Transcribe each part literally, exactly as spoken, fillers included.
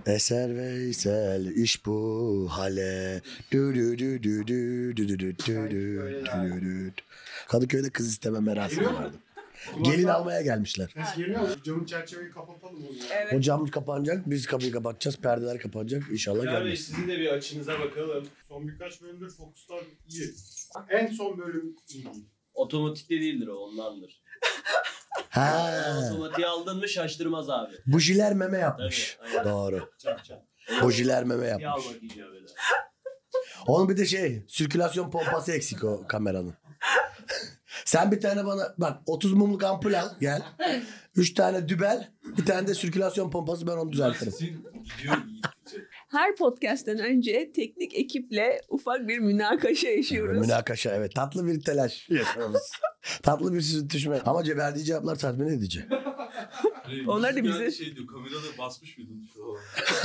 Eser Veysel iş bu hale. Dü dü dü dü dü dü dü dü dü dü dü dü. Kadıköy'de kız isteme merasimi vardı. Gelin almaya gelmişler. Ses geliyor mu? Camın çerçeveyi kapatalım o zaman. Evet. O cam kapanacak, biz kapıyı kapatacağız, perdeler kapanacak. İnşallah Gel Bey gelmez. sizin de bir açınıza bakalım. Son birkaç bölümdür fokuslar iyi. En son bölüm iyi değil. Otomatikte değildir o, ondandır. Ha. Otomatiği aldın mı şaştırmaz abi. Bujiler meme yapmış. Tabii, aynen. Doğru. Çak çak. Bujiler meme Bir yapmış. almak icap eder. Onun bir de şey, sirkülasyon pompası eksik o kameranın. Sen bir tane bana bak otuz mumluk ampul al gel. üç tane dübel, bir tane de sirkülasyon pompası, ben onu düzeltirim. Her podcast'ten önce teknik ekiple ufak bir münakaşa yaşıyoruz. Münakaşa, evet. Tatlı bir telaş yaşıyoruz. Tatlı bir sürtüşme. Ama ce- verdiği cevaplar tatmin edici. Onlar da bize- şey diyor, kamerada basmış mıydın şu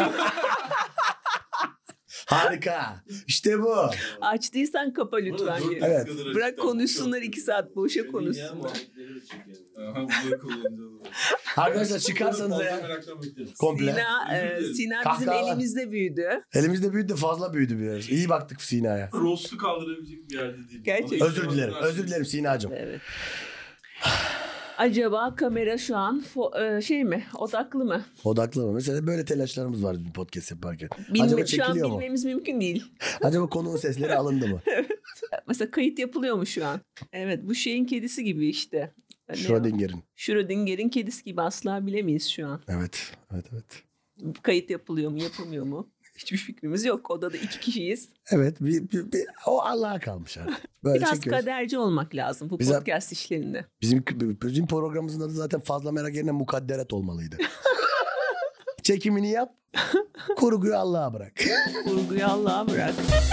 Harika. İşte bu. Açtıysan kapa lütfen. Dört geri. Evet. dakikadır Bırak açıktan konuşsunlar çok- iki saat boşa Ya, konuşsunlar. muhabbetleri de çekelim. Aha, bunu kullanacağız. Arkadaşlar çıkarsanız Fazla ya. meraktan bekliyorum. Komple. Sina, e, Özür dilerim. Sina bizim Kahkahalar. elimizde büyüdü. Elimizde büyüdü de fazla büyüdü biraz. İyi baktık Sina'ya. Roast'u kaldırabilecek bir yerde değil. Gerçekten. Ama Özür işte dilerim. her Özür şey- dilerim Sina'cığım. Evet. Acaba kamera şu an fo- e, şey mi? Odaklı mı? Odaklı mı? Mesela böyle telaşlarımız var bir podcast yaparken. Bilme, Acaba şu an çekiliyor mu? bilmemiz mümkün değil. Acaba konunun sesleri alındı mı? Mesela kayıt yapılıyor mu şu an? Evet, bu şeyin kedisi gibi işte. Ne o? Schrödinger'in. Schrödinger'in kedisi gibi, asla bilemeyiz şu an. Evet. Evet evet. Kayıt yapılıyor mu, yapılmıyor mu? Hiçbir fikrimiz yok. Odada iki kişiyiz. Evet. Bir, bir, bir- o Allah'a kalmış artık. Böyle Biraz çekiyoruz. kaderci olmak lazım bu Bize- podcast işlerinde. Bizim, bizim programımızın adı zaten fazla merak yerine mukadderet olmalıydı. Çekimini yap. Kurguyu Allah'a bırak. Kurguyu Allah'a bırak.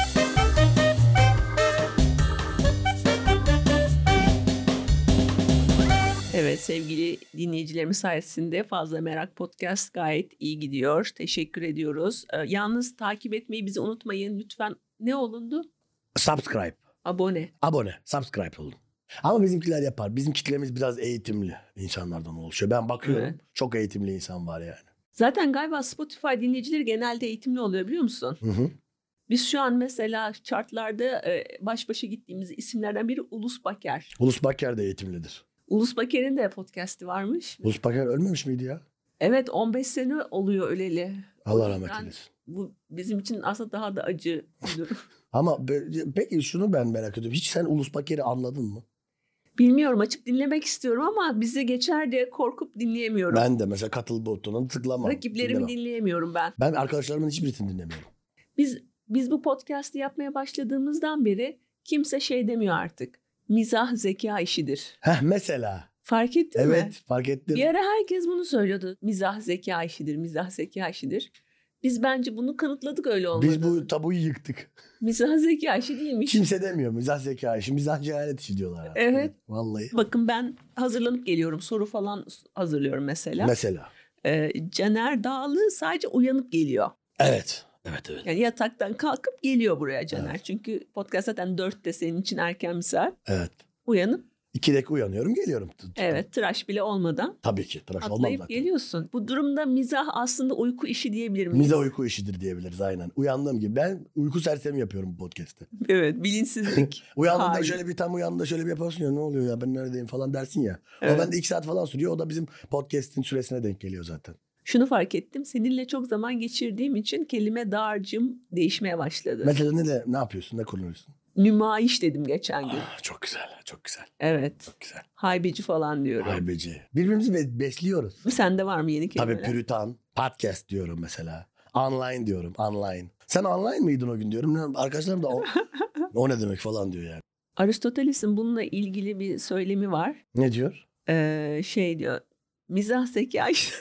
Evet, sevgili dinleyicilerimiz sayesinde Fazla Merak Podcast gayet iyi gidiyor. Teşekkür ediyoruz. Ee, yalnız takip etmeyi bizi unutmayın. Lütfen ne olundu? Subscribe. Abone. Abone. Subscribe olun. Ama bizimkiler yapar. Bizim kitlemiz biraz eğitimli insanlardan oluşuyor. Ben bakıyorum. Evet. Çok eğitimli insan var yani. Zaten galiba Spotify dinleyicileri genelde eğitimli oluyor, biliyor musun? Hı hı. Biz şu an mesela chartlarda e, baş başa gittiğimiz isimlerden biri Ulus Baker. Ulus Baker de eğitimlidir. Ulus Baker'in de podcast'i varmış. Ulus Baker ölmemiş miydi ya? Evet, on beş sene oluyor öleli. Allah O rahmet yüzden eylesin. Bu bizim için aslında daha da acı bir durum. Ama be- peki şunu ben merak ediyorum. Hiç sen Ulus Baker'i anladın mı? Bilmiyorum, açıp dinlemek istiyorum ama bize geçer diye korkup dinleyemiyorum. Ben de mesela katıl butonuna tıklamam. Rakiplerimi dinlemem. dinleyemiyorum ben. Ben arkadaşlarımın hiçbirisini dinlemiyorum. Biz biz bu podcast'i yapmaya başladığımızdan beri kimse şey demiyor artık. Mizah zeka işidir. Heh mesela. Fark ettin mi? Evet fark ettim. Bir ara herkes bunu söylüyordu. Mizah zeka işidir, mizah zeka işidir. Biz bence bunu kanıtladık öyle olmadı. Biz bu tabuyu yıktık. Mizah zeka işi değilmiş. Kimse demiyor mizah zeka işi, mizah cehalet işi diyorlar. artık. Evet. Vallahi. Bakın, ben hazırlanıp geliyorum. Soru falan hazırlıyorum mesela. Mesela. Ee, Caner Dağlı sadece uyanıp geliyor. Evet. Evet evet. Yani yataktan kalkıp geliyor buraya Caner. Evet. Çünkü podcast zaten dörtte senin için erken bir saat. Evet. Uyanıp İki dakika uyanıyorum geliyorum. evet, tıraş bile olmadan Tabii ki. Tıraş olmam atlayıp zaten. geliyorsun. Bu durumda mizah aslında uyku işi diyebilir miyiz? Mizah uyku işidir diyebiliriz aynen. Uyandığım gibi. Ben uyku sersemi yapıyorum bu podcast'te. Evet, bilinçsizlik. Uyandığında Hayır. şöyle bir tam uyandığında şöyle bir yaparsın ya, ne oluyor ya ben neredeyim falan dersin ya. Evet. O bende iki saat falan sürüyor. O da bizim podcast'in süresine denk geliyor zaten. Şunu fark ettim. Seninle çok zaman geçirdiğim için kelime dağarcığım değişmeye başladı. Mesela ne de ne yapıyorsun, ne kullanıyorsun? Nümayiş dedim geçen gün. Ah, çok güzel, çok güzel, Evet. çok güzel. Haybeci falan diyorum. Haybeci. Birbirimizi be- besliyoruz. Sende var mı yeni kelimeler? Tabii püritan, podcast diyorum mesela. Online diyorum, online. Sen online mıydın o gün diyorum. Ne- Arkadaşlarım da o, o ne demek falan diyor yani. Aristoteles'in bununla ilgili bir söylemi var. Ne diyor? Ee, şey diyor. Mizah zeka işte.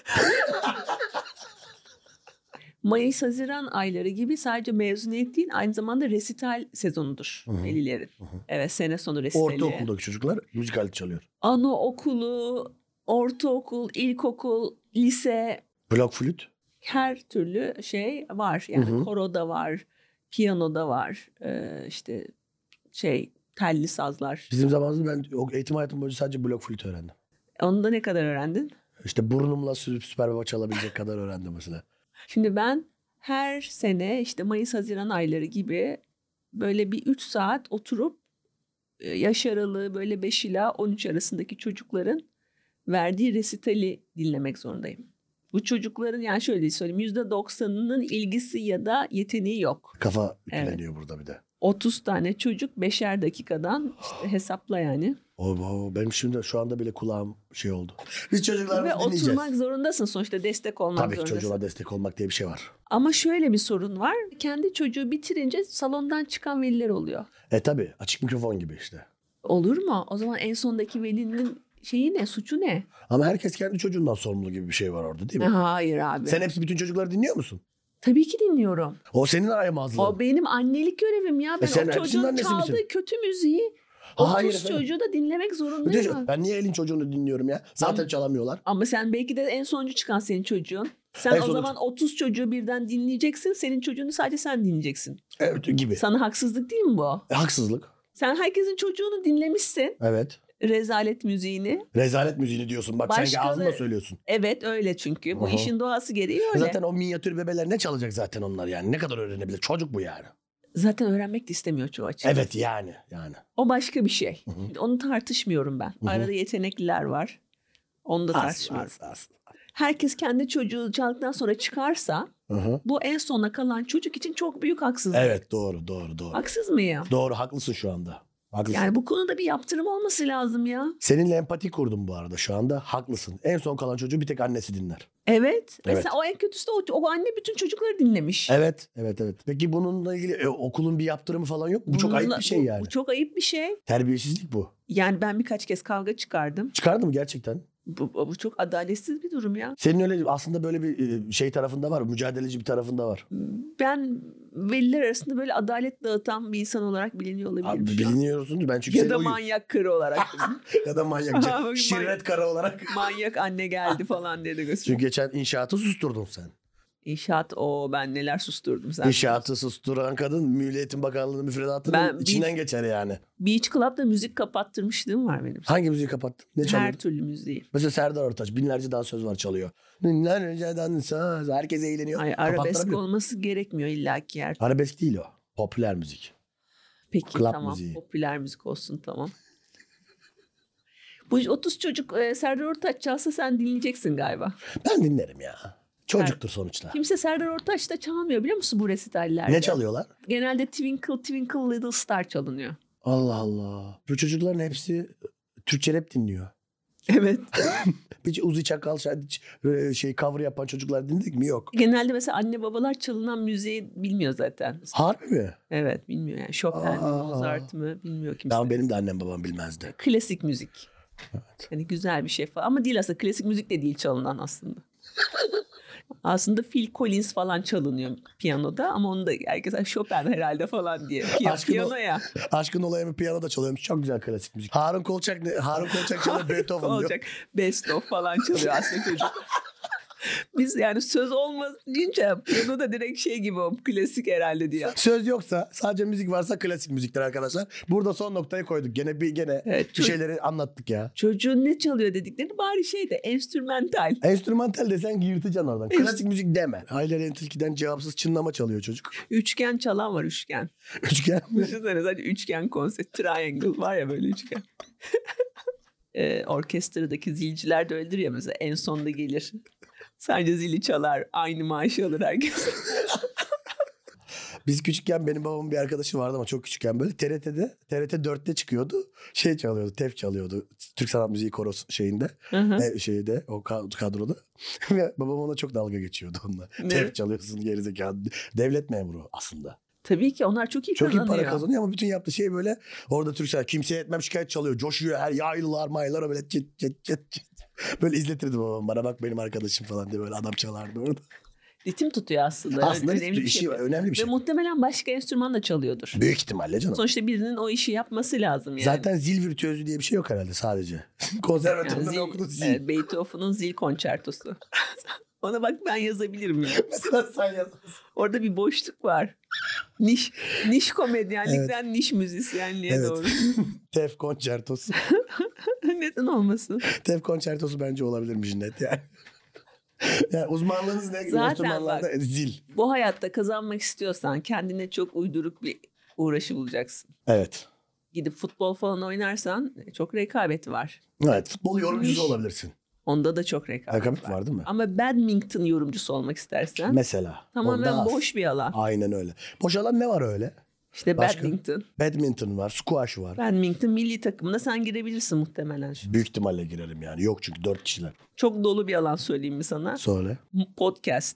Mayıs-Haziran ayları gibi sadece mezuniyet değil, aynı zamanda resital sezonudur Hı hı. velilerin. Hı hı. Evet, sene sonu resitali. Ortaokuldaki çocuklar müzikal çalıyor. Anaokulu, ortaokul, ilkokul, lise, Blok flüt. her türlü şey var. Yani Hı hı. koroda var, piyanoda var, ee, işte şey telli sazlar. Bizim zamanımızda ben o eğitim hayatım boyunca sadece blok flüt öğrendim. Onu da ne kadar öğrendin? İşte burnumla sü- süper baba çalabilecek kadar öğrendim mesela. Şimdi ben her sene işte Mayıs-Haziran ayları gibi böyle bir üç saat oturup e, yaş aralığı böyle beş ila on üç arasındaki çocukların verdiği resitali dinlemek zorundayım. Bu çocukların yani şöyle söyleyeyim yüzde doksanının ilgisi ya da yeteneği yok. Kafa Evet. ütüleniyor burada bir de. otuz tane çocuk beşer dakikadan işte hesapla yani. O, o, benim şimdi şu anda bile kulağım şey oldu. Biz Ve çocuklarımızı dinleyeceğiz. oturmak zorundasın sonuçta destek olmak Tabii ki zorundasın. çocuğuna destek olmak diye bir şey var. Ama şöyle bir sorun var. Kendi çocuğu bitirince salondan çıkan veliler oluyor. E tabii açık mikrofon gibi işte. Olur mu? O zaman en sondaki velinin şeyi ne? Suçu ne? Ama herkes kendi çocuğundan sorumlu gibi bir şey var orada değil mi? Hayır abi. Sen hepsi bütün çocukları dinliyor musun? Tabii ki dinliyorum. O senin ayamazlığın. O benim annelik görevim ya. Ben E sen o hepsinin çocuğun annesi çaldığı misin? kötü müziği Hayır otuz efendim. çocuğu da dinlemek Bir zorundayım. de- Ben niye elin çocuğunu dinliyorum ya? Zaten Ama- çalamıyorlar. Ama sen belki de en sonuncu çıkan senin çocuğun. Sen En o sonuncu. zaman otuz çocuğu birden dinleyeceksin. Senin çocuğunu sadece sen dinleyeceksin. Evet gibi. Sana haksızlık değil mi bu? E, haksızlık. Sen herkesin çocuğunu dinlemişsin. Evet. Rezalet müziğini. Rezalet müziğini diyorsun. Bak sen Başkaları- ağzınla söylüyorsun. Evet öyle çünkü. Bu Aha. işin doğası gereği öyle. Zaten Zaten, o minyatür bebeler ne çalacak zaten onlar yani? Ne kadar öğrenebilir? Çocuk bu yani. öğrenmek de istemiyor çoğu açıkçası. Evet yani. yani. O başka bir şey. Hı hı. Onu tartışmıyorum ben. hı. Arada yetenekliler var. Onu da Az, tartışmıyorum. az, az. Herkes kendi çocuğu çaldıktan sonra çıkarsa Hı hı. bu en sona kalan çocuk için çok büyük haksızlık. Evet doğru doğru doğru. Haksız mıyım? Doğru haklısın şu anda. Haklısın. Yani bu konuda bir yaptırım olması lazım ya. Seninle empati kurdum bu arada şu anda. Haklısın. En son kalan çocuğu bir tek annesi dinler. Evet. Evet. Mesela o en kötüsü de o, o anne bütün çocukları dinlemiş. Evet, evet, evet. Peki bununla ilgili e, okulun bir yaptırımı falan yok mu? Bu çok Bununla- ayıp bir şey bu- yani. Bu çok ayıp bir şey. Terbiyesizlik bu. Yani ben birkaç kez kavga çıkardım. Çıkardı mı gerçekten? Bu, bu çok adaletsiz bir durum ya. Senin öyle aslında böyle bir e, şey tarafında var. Mücadeleci bir tarafında var. Ben veliler arasında böyle adalet dağıtan bir insan olarak biliniyor olabilirim Abi, şu an. biliniyorsun. Ben çünkü Ya seni da o- manyak karı olarak. ya da manyak. Bak, şirret kara olarak. manyak anne geldi falan diye de gösteriyor. Çünkü geçen inşaatı susturdun sen. İnşaat o ben neler susturdum sen. İnşaatı susturan kadın Milli Eğitim Bakanlığı müfredatının Ben içinden bir- geçer yani. Beach Club'da müzik kapattırmışlığım var benim. Hangi müziği kapattın? Ne Her çalıyordu? türlü müziği. Mesela Serdar Ortaç binlerce dansöz var çalıyor. Binlerce dansöz. Herkes eğleniyor. Ay, arabesk Kapattırabiliyor. olması gerekmiyor illaki yer. Arabesk değil o. Popüler müzik. Peki Club tamam müziği. popüler müzik olsun tamam. Bu otuz çocuk e, Serdar Ortaç çalsa sen dinleyeceksin galiba. Ben dinlerim ya. Çocuktur sonuçta. Kimse Serdar Ortaç da çalmıyor biliyor musun bu resitallerde? Ne çalıyorlar? Genelde Twinkle Twinkle Little Star çalınıyor. Allah Allah. Bu çocukların hepsi Türkçe rap dinliyor. Evet. Hiç Uzi Çakal hiç, e, şey cover yapan çocuklar dinledik mi? Yok. Genelde mesela anne babalar çalınan müziği bilmiyor zaten. Harbi mi? Evet bilmiyor yani Chopin mi Aa. Mozart mı bilmiyor kimse. Ya benim de annem babam bilmezdi. Klasik müzik. Evet. Yani güzel bir şey falan ama değil aslında klasik müzik de değil çalınan aslında. Aslında Phil Collins falan çalınıyor piyanoda ama onu da herkes "Ay, Chopin herhalde falan diye. Piy- Aşkın piyano o- ya. Aşkın Olayımı piyanoda çalıyormuş. Çok güzel klasik müzik. Harun Kolçak ne? Harun Kolçak çalıyor Beethoven diyor. Olacak. Best of falan çalıyor aslında çocuk. Biz yani söz olmayınca piyanoda direkt şey gibi o klasik herhalde diye. Söz yoksa sadece müzik varsa klasik müzikler arkadaşlar. Burada son noktayı koyduk. Gene bir gene Evet, bir çok- şeyleri anlattık ya. Çocuğun ne çalıyor dediklerini bari şey de enstrümantal. Enstrümantal desen yırtacaksın oradan. Klasik müzik deme. Ailenin tilkiden cevapsız çınlama çalıyor çocuk. Üçgen çalan var üçgen. Üçgen mi? Düşünsene sadece üçgen konsept. Triangle var ya böyle üçgen. Ee, orkestradaki zilciler de öyledir ya mesela en sonda gelir. Sadece zili çalar. Aynı maaşı alır herkes. Biz küçükken benim babamın bir arkadaşı vardı ama çok küçükken böyle T R T'de T R T dörtte çıkıyordu. Şey çalıyordu, tef çalıyordu. Türk Sanat Müziği Korosu şeyinde. Hı hı. E, şeyde o ka- kadroda. Ve babam ona çok dalga geçiyordu onunla. Ne? Tef çalıyorsun gerizekalı. Devlet memuru aslında. Tabii ki onlar çok iyi Çok iyi kazanıyor. para kazanıyor ama bütün yaptığı şey böyle orada Türk Sanat kimseye etmem şikayet çalıyor. Coşuyor her yaylılar maylar böyle çıt çıt çıt çıt. Böyle izletirdi babam bana bak benim arkadaşım falan diye böyle adam çalardı orada. Ritim tutuyor aslında. Aslında önemli bir işi şey. önemli bir Ve şey. muhtemelen başka enstrüman da çalıyordur. Büyük ihtimalle canım. Sonuçta birinin o işi yapması lazım yani. Zaten zil virtüözü diye bir şey yok herhalde sadece. Yani Konservatörde zil- ne okudun zil. evet, Beethoven'ın zil konçertosu. Ona bak ben yazabilirim ya. Mesela sen yaz. Orada bir boşluk var. Niş niş komedyenlikten niş müzisyenliğe Evet. doğru. Tef konçertosu. Neden olmasın? Tef konçertosu bence olabilirmiş net yani. Yani uzmanlığınız ne? Zaten Enstrümanlarda bak. zil. Bu hayatta kazanmak istiyorsan kendine çok uyduruk bir uğraşı bulacaksın. Evet. Gidip futbol falan oynarsan çok rekabeti var. Evet. Futbol yorumcusu olabilirsin. Onda da çok rekabet, Rekabet var. var değil mi? Ama badminton yorumcusu olmak istersen Mesela. tamamen Onda az. boş bir alan. Aynen öyle. Boş alan ne var öyle? İşte Başka? badminton. Badminton var, squash var. Badminton milli takımına sen girebilirsin muhtemelen. Büyük ihtimalle girerim yani. Yok çünkü dört kişiler. Çok dolu bir alan söyleyeyim mi sana? Söyle. Podcast.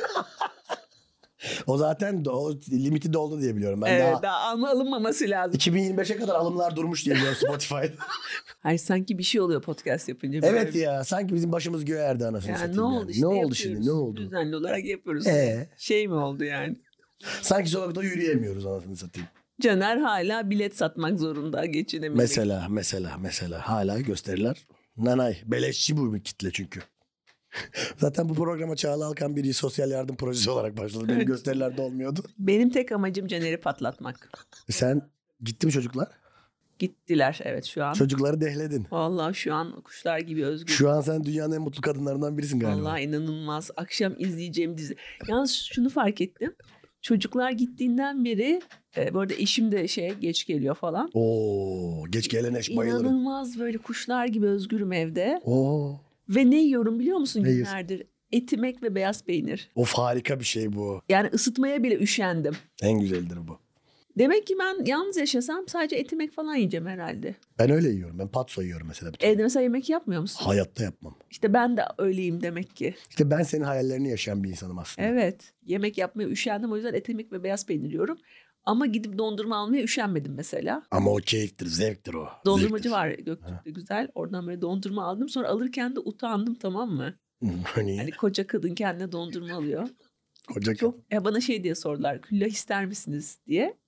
O zaten de- o limiti doldu diye biliyorum. Ben Evet, daha daha alma alınmaması lazım. iki bin yirmi beşe kadar alımlar durmuş diye biliyorum Spotify'da. Hayır, sanki bir şey oluyor podcast yapınca. Evet ya sanki bizim başımız göğe erdi anasını Yani satayım. ne yani. oldu işte Ne oldu yapıyoruz. şimdi ne oldu? Düzenli olarak yapıyoruz. Ee? Şey mi oldu yani? Sanki sokakta yürüyemiyoruz anasını satayım. Caner hala bilet satmak zorunda geçinemeyecek. Mesela mesela mesela hala gösteriler. Nanay beleşçi bu bir kitle çünkü. Zaten bu programa Çağla Alkan bir sosyal yardım projesi olarak başladı. Benim gösterilerde olmuyordu. Benim tek amacım Caner'i patlatmak. Sen gitti mi çocuklar? Gittiler evet şu an. Çocukları dehledin. Vallahi şu an kuşlar gibi özgür. Şu an sen dünyanın en mutlu kadınlarından birisin galiba. Vallahi inanılmaz. Akşam izleyeceğim dizi. Yalnız şunu fark ettim. Çocuklar gittiğinden beri e, bu arada eşim de şey geç geliyor falan. Oo, geç gelene bayılırım. İnanılmaz böyle kuşlar gibi özgürüm evde. Oo, Ve ne yiyorum biliyor musun Ne yiyorsun? günlerdir? Etimek ve beyaz peynir. of harika bir şey bu. Yani ısıtmaya bile üşendim. En güzeldir bu. Demek ki ben yalnız yaşasam sadece etimek falan yiyeceğim herhalde. Ben öyle yiyorum. Ben patso yiyorum mesela. bütün. Evde mesela yemek yapmıyor musun? Hayatta yapmam. İşte ben de öyleyim demek ki. İşte ben senin hayallerini yaşayan bir insanım aslında. Evet. Yemek yapmaya üşendim. O yüzden etimek ve beyaz peynir yiyorum. Ama gidip dondurma almaya üşenmedim mesela. Ama o keyiftir, zevktir o. Dondurmacı Zevktir. var Göktürk'te güzel. Oradan böyle dondurma aldım. Sonra alırken de utandım, tamam mı? Hani Hani koca kadın kendine dondurma alıyor. koca Çok ya bana şey diye sordular. Küllah ister misiniz diye.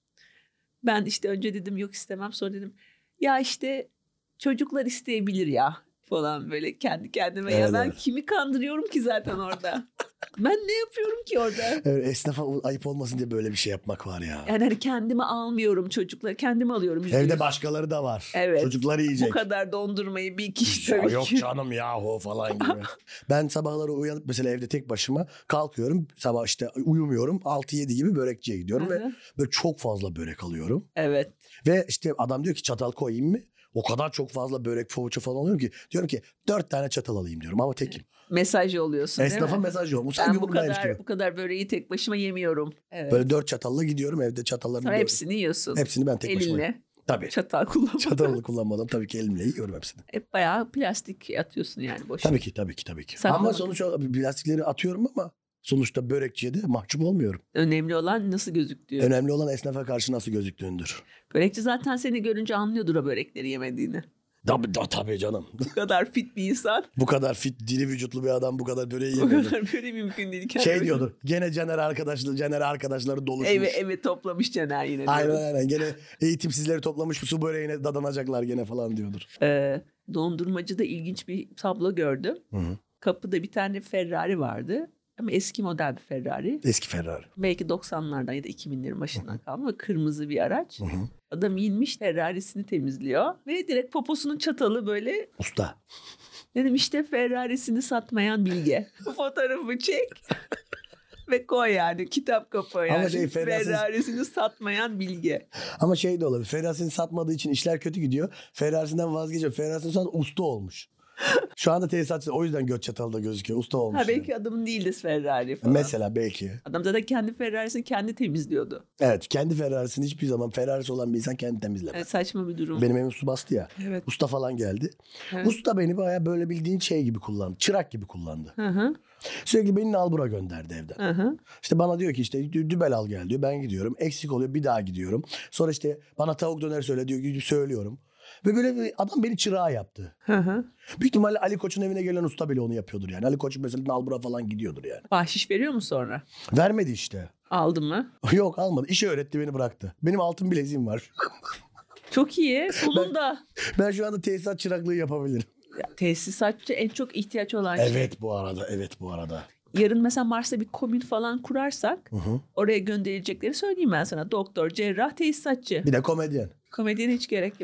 Ben işte önce dedim yok istemem. Sonra dedim ya işte çocuklar isteyebilir ya falan böyle kendi kendime. Evet, ya ben evet. kimi kandırıyorum ki zaten orada? Ben ne yapıyorum ki orada? Evet, esnafa ayıp olmasın diye böyle bir şey yapmak var ya. Yani hani kendime almıyorum çocukları. Kendime alıyorum. yüzde Evde yüz. başkaları da var. Evet. Çocuklar yiyecek. Bu kadar dondurmayı bir kişi Ya tabii yok ki. canım yahu falan gibi. Ben sabahları uyanıp mesela evde tek başıma kalkıyorum. Sabah işte uyumuyorum. altı yedi gibi börekçiye gidiyorum ve Hı hı. böyle çok fazla börek alıyorum. Evet. Ve işte adam diyor ki çatal koyayım mı? O kadar çok fazla börek poğaça falan alıyorum ki. Diyorum ki dört tane çatal alayım diyorum ama tekim. Mesaj oluyorsun değil Esnafa mi? mesaj yok. Bu Ben sanki bu buradaymış kadar gibi. bu kadar böreği tek başıma yemiyorum. Evet. Böyle dört çatalla gidiyorum evde çatallarını. Sonra böyle- hepsini yiyorsun. Hepsini ben tek başıma. Elinle. Tabii. Çatal kullanmadan. Çatalı kullanmadan tabii ki elimle yiyorum hepsini. Hep bayağı plastik atıyorsun yani boş. Tabii ki tabii ki tabii ki. Saklamak. Ama sonuç olarak plastikleri atıyorum ama sonuçta börekçiye de mahcup olmuyorum. Önemli olan nasıl gözüktüğü. Önemli olan esnafa karşı nasıl gözüktüğündür. Börekçi zaten seni görünce anlıyordur o börekleri yemediğini. Tabii, da, tabii canım. Bu kadar fit bir insan. Bu kadar fit, diri vücutlu bir adam bu kadar böreği O yemiyordu. kadar böyle mümkün değil. Kendi Şey başına- diyordur. Gene Caner arkadaşları, Caner arkadaşları doluşmuş. Eve eve toplamış Caner yine. Aynen diyor. aynen. Gene eğitimsizleri toplamış su böreğine dadanacaklar gene falan diyordur. Ee, dondurmacıda ilginç bir tablo gördüm. Hı hı. Kapıda bir tane Ferrari vardı. Ama eski model bir Ferrari. Eski Ferrari. Belki doksanlardan ya da iki binlerin başından kalma ama kırmızı bir araç. Hı hı. Adam inmiş Ferrari'sini temizliyor. Ve direkt poposunun çatalı böyle. Usta. Dedim işte Ferrari'sini satmayan Bilge. Bu fotoğrafı çek. Ve koy yani kitap kapağı yani. Ama şey, Ferrari'siz- Ferrari'sini satmayan Bilge. Ama şey de olabilir. Ferrari'sini satmadığı için işler kötü gidiyor. Ferrari'sinden vazgeçiyor. Ferrari'sinden sonra usta olmuş. Şu anda tesisatçı o yüzden göt çatalı gözüküyor. Usta olmuş. Ha belki yani. adamın değildi Ferrari falan. Mesela belki. Adam zaten kendi Ferrari'sini kendi temizliyordu. Evet kendi Ferrari'sini hiçbir zaman Ferrari'si olan bir insan kendi temizlemez. Evet, saçma bir durum. Benim evim su bastı ya. Evet. Usta falan geldi. Evet. Usta beni bayağı böyle bildiğin şey gibi kullandı. Çırak gibi kullandı. Hı hı. Sürekli beni nalbura gönderdi evden. Hı hı. İşte bana diyor ki işte dü- dübel al gel diyor. Ben gidiyorum. Eksik oluyor bir daha gidiyorum. Sonra işte bana tavuk döner söyle diyor. Gidip söylüyorum. Ve böyle bir adam beni çırağı yaptı. Hı hı. Büyük ihtimalle Ali Koç'un evine gelen usta bile onu yapıyordur yani. Ali Koç mesela nalbura falan gidiyordur yani. Bahşiş veriyor mu sonra? Vermedi işte. Aldın mı? Yok almadı. İşi öğretti beni bıraktı. Benim altın bileziğim var. Çok iyi. Sonunda. Ben şu anda tesisat çıraklığı yapabilirim. Ya, tesisatçı en çok ihtiyaç olan şey. Evet bu arada. Evet bu arada. Yarın mesela Mars'ta bir komün falan kurarsak Hı hı. oraya gönderilecekleri söyleyeyim ben sana. Doktor, cerrah, tesisatçı. Bir de komedyen. Komedyene hiç gerek yok.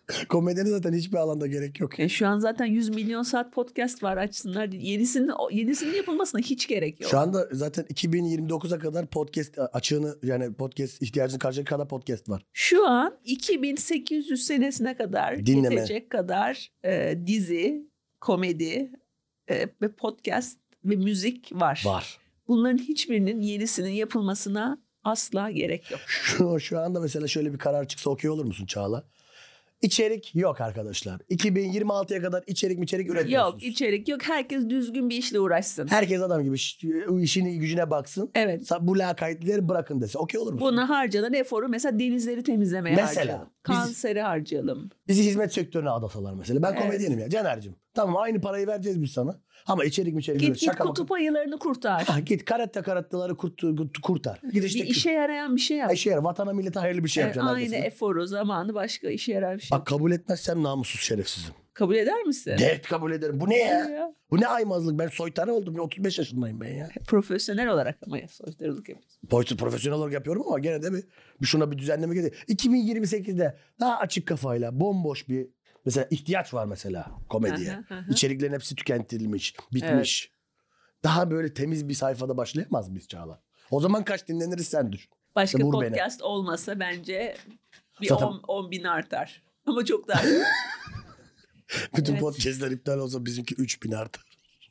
Komedyenin zaten hiçbir alanda gerek yok. Yani şu an zaten yüz milyon saat podcast var, açsınlar. Yenisinin, yenisinin yapılmasına hiç gerek yok. Şu anda zaten iki bin yirmi dokuza kadar podcast açığını yani podcast ihtiyacını karşılayacak kadar podcast var. Şu an iki bin sekiz yüz senesine kadar Dinleme. yetecek kadar e, dizi, komedi e, ve podcast ve müzik var. Var. Bunların hiçbirinin yenisinin yapılmasına asla gerek yok. Şu, şu anda mesela şöyle bir karar çıksa okey olur musun Çağla? İçerik yok arkadaşlar. iki bin yirmi altıya kadar içerik mi içerik üretmiyorsunuz. Yok, içerik yok. Herkes düzgün bir işle uğraşsın. Herkes adam gibi ş- işini gücüne baksın. Evet. Sa- Bu lakaytları bırakın dese okey olur musun? Buna harcanan eforu mesela denizleri temizlemeye Mesela, harcayalım. biz- Kanseri harcayalım. Bizi hizmet sektörüne adasalar mesela. Ben Evet. komedyenim ya Caner'cim. Tamam aynı parayı vereceğiz biz sana. Ama içerik mi içerik Git üret. git Şaka kutup ayılarını kurtar. Ah, git karate karatteları kurt, kurt- kurtar. Git işte. Bir işe yarayan bir şey yap. İşe yarar. Vatana millete hayırlı bir şey Yani yapacaksın. aynı arkasında. eforu, zamanı başka işe yarar bir şey. Bak kabul etmezsem namussuz şerefsizim. Kabul eder misin? Evet kabul ederim. Bu ne ya? Ya. Bu ne aymazlık? Ben soytarı oldum. Ya, otuz beş yaşındayım ben ya. Profesyonel olarak ama ya, soytarılık yapıyorsun. Boyutu profesyonel olarak yapıyorum ama gene de bir, bir şuna bir düzenleme gelir. iki bin yirmi sekizde daha açık kafayla bomboş bir mesela ihtiyaç var mesela komediye. Hı hı hı. İçeriklerin hepsi tükentilmiş, bitmiş. Daha böyle temiz bir sayfada başlayamaz mıyız Çağla? O zaman kaç dinleniriz sen düşün. Başka Vur beni. podcast olmasa bence bir Zaten- on bin artar. Ama çok daha. Bütün Evet. podcastler iptal olsa bizimki üç bin artar.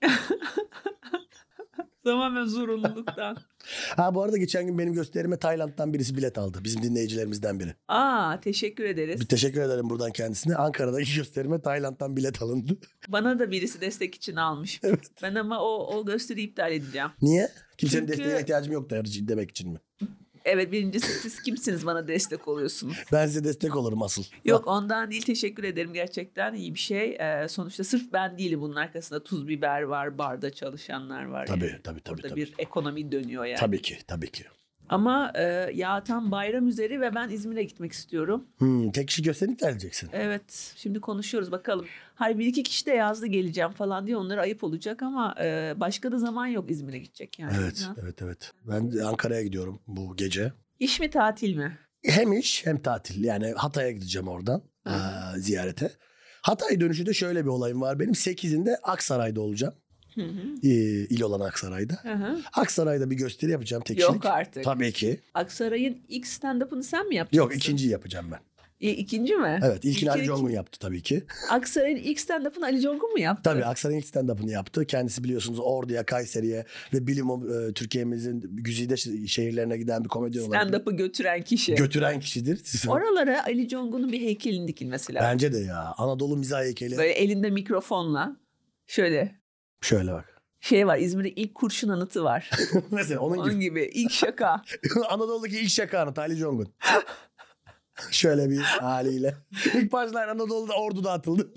Tamamen zorunluluktan. Ha bu arada geçen gün benim gösterime Tayland'dan birisi bilet aldı. Bizim dinleyicilerimizden biri. Aa, teşekkür ederiz. Bir teşekkür ederim buradan kendisine. Ankara'daki gösterime Tayland'dan bilet alındı. Bana da birisi destek için almış. Ben ama o, o gösteri iptal edeceğim. Niye? Kimsenin Çünkü- desteğine ihtiyacım yok da demek için mi? Evet, birincisi siz kimsiniz bana destek oluyorsunuz? Ben size destek olurum asıl. Yok, ondan değil, teşekkür ederim, gerçekten iyi bir şey. Ee, sonuçta sırf ben değilim, bunun arkasında tuz biber var, barda çalışanlar var. Tabii yani. tabii tabii. Burada tabii. bir ekonomi dönüyor yani. Tabii ki tabii ki. Ama e, ya tam bayram üzeri ve ben İzmir'e gitmek istiyorum. Hmm, tek kişi gösterip geleceksin. Evet, şimdi konuşuyoruz bakalım. Hayır, bir iki kişi de yazdı geleceğim falan diye, onlara ayıp olacak ama e, başka da zaman yok İzmir'e gidecek yani. Evet Ha? evet evet. Ben de Ankara'ya gidiyorum bu gece. İş mi tatil mi? Hem iş hem tatil. Yani Hatay'a gideceğim oradan Hı. aa, ziyarete. Hatay dönüşü de şöyle bir olayım var benim. sekizinde Aksaray'da olacağım. Hı hı. Ee, il olan Aksaray'da. Hı hı. Aksaray'da bir gösteri yapacağım tek kişilik. Yok artık. Tabii ki. Aksaray'ın ilk stand-up'ını sen mi yapacaksın? Yok ikinciyi yapacağım ben. E, ikinci mi? Evet ilkini Ali İlk- Congun yaptı tabii ki. Aksaray'ın ilk stand-up'ını Ali Congun mu yaptı? Tabii Aksaray'ın ilk stand-up'ını yaptı. Kendisi biliyorsunuz Ordu'ya, Kayseri'ye ve bilim e, Türkiye'mizin güzide şe- şehirlerine giden bir komedyen olarak Stand-up'ı götüren kişi. götüren kişidir. Oralara Ali Congun'un bir heykelinin dikilmesi lazım. Bence de ya. Anadolu mizah heykeli. Böyle elinde mikrofonla şöyle Şöyle bak. şey var, İzmir'de ilk kurşun anıtı var. Mesela onun Onun gibi. gibi ilk şaka. Anadolu'daki ilk şaka anıtı Ali Congun. Şöyle bir haliyle. İlk başlar Anadolu'da Ordu'da atıldı.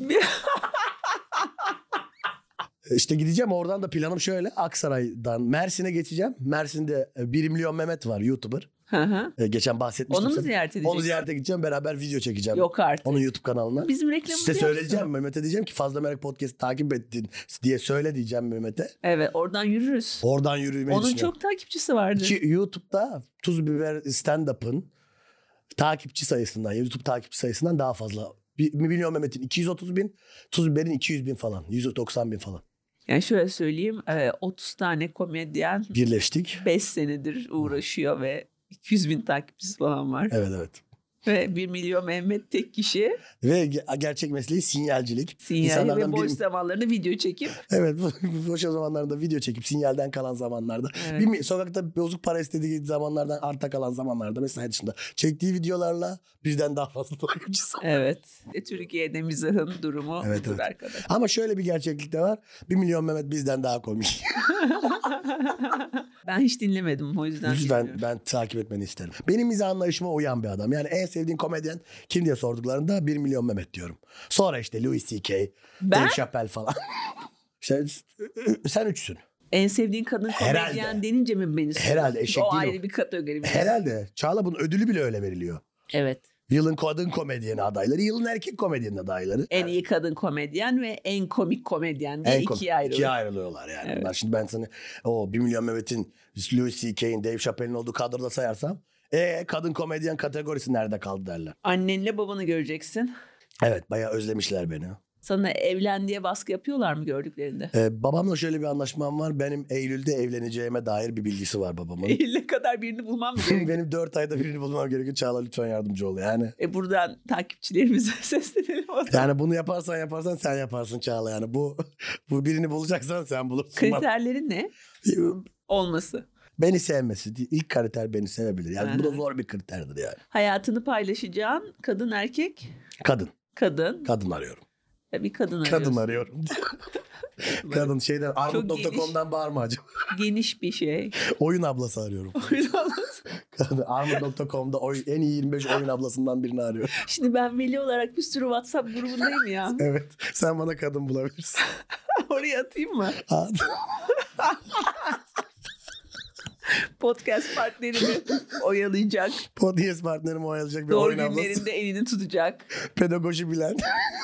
İşte gideceğim oradan da planım şöyle. Aksaray'dan Mersin'e geçeceğim. Mersin'de e, bir milyon Mehmet var YouTuber. Hı hı. E, Geçen bahsetmiştim. Onu mu sana. ziyaret edeceksin? Onu ziyarete gideceğim. Beraber video çekeceğim. Yok artık. Onun YouTube kanalına. Bizim reklamımızı Size yapsın. söyleyeceğim Mehmet'e diyeceğim ki Fazla Merak Podcast takip ettin diye söyle diyeceğim Mehmet'e. Evet, oradan yürürüz. Oradan yürümeyi Onun düşünüyorum. çok takipçisi vardı. Ki YouTube'da Tuz Biber Stand-Up'ın takipçi sayısından, YouTube takipçi sayısından daha fazla. Bir milyon Mehmet'in iki yüz otuz bin, Tuz Biber'in iki yüz bin falan. yüz doksan bin falan. Yani şöyle söyleyeyim, e, otuz tane komedyen Birleştik. beş senedir uğraşıyor ve iki yüz bin takipçisi falan var. Evet evet. Ve bir milyon Mehmet tek kişi Ve ge- gerçek mesleği sinyalcilik. sinyal ve İnsanlardan boş bir- zamanlarında video çekip Evet bu- boş zamanlarında video çekip sinyalden kalan zamanlarda. Evet. Bir mi- sokakta bozuk para istediği zamanlardan arta kalan zamanlarda mesela dışında çektiği videolarla bizden daha fazla takipçisi. evet. E, Türkiye'de mizahın durumu Evet, budur evet. arkadaş. Ama şöyle bir gerçeklik de var. Bir milyon Mehmet bizden daha komik. Ben hiç dinlemedim, o yüzden Lütfen bilmiyorum. ben takip etmeni isterim. Benim mizah anlayışıma uyan bir adam. Yani en sevdiğin komedyen kim diye sorduklarında bir milyon Mehmet diyorum. Sonra işte Louis C K, Ben? Dave Chappelle falan. İşte sen üçsün. En sevdiğin kadın Herhalde. komedyen denince mi beni soruyorsun? Herhalde, eşek O değil ayrı o. bir kategori. Herhalde. Çağla bunun ödülü bile öyle veriliyor. Evet. Yılın kadın komedyeni adayları, yılın erkek komedyeni adayları. En iyi kadın komedyen ve en komik komedyen diye En kom- ikiye ayrılıyor. ikiye ayrılıyorlar yani. Evet. Bunlar. Şimdi ben sana o bir milyon Mehmet'in, Louis C K'in, Dave Chappelle'in olduğu kadroda sayarsam e kadın komedyen kategorisi nerede kaldı derler. Annenle babanı göreceksin. Evet, bayağı özlemişler beni. Sana evlen diye baskı yapıyorlar mı gördüklerinde? Ee, babamla şöyle bir anlaşmam var. Benim Eylül'de evleneceğime dair bir bilgisi var babamın. Eylül'e kadar birini bulmam mı gerekiyor? Benim dört ayda birini bulmam gerekiyor. Çağla lütfen yardımcı ol yani. E buradan takipçilerimize seslenelim o zaman. Yani bunu yaparsan yaparsan sen yaparsın Çağla yani. Bu bu birini bulacaksan sen bulursun. Kriterleri ne? Olması. Beni sevmesi. İlk kriter beni sevebilir. Yani bu da Aha. zor bir kriterdir yani. Hayatını paylaşacağın kadın erkek, Kadın. kadın. Kadın arıyorum. Ya bir kadın Kadın arıyorsun. arıyorum. Kadın şeyden armut nokta geniş. com'dan bağırma acaba. Geniş bir şey. Oyun ablası arıyorum. Kadın armut nokta com'da oy, en iyi yirmi beş oyun ablasından birini arıyorum. Şimdi ben veli olarak bir sürü WhatsApp grubundayım ya. Evet. Sen bana kadın bulabilirsin. Oraya atayım mı? Ha, Podcast partnerimi oyalayacak. Podcast partnerimi oyalayacak bir Doğru oyun ablası. günlerinde elini tutacak. Pedagoji bilen.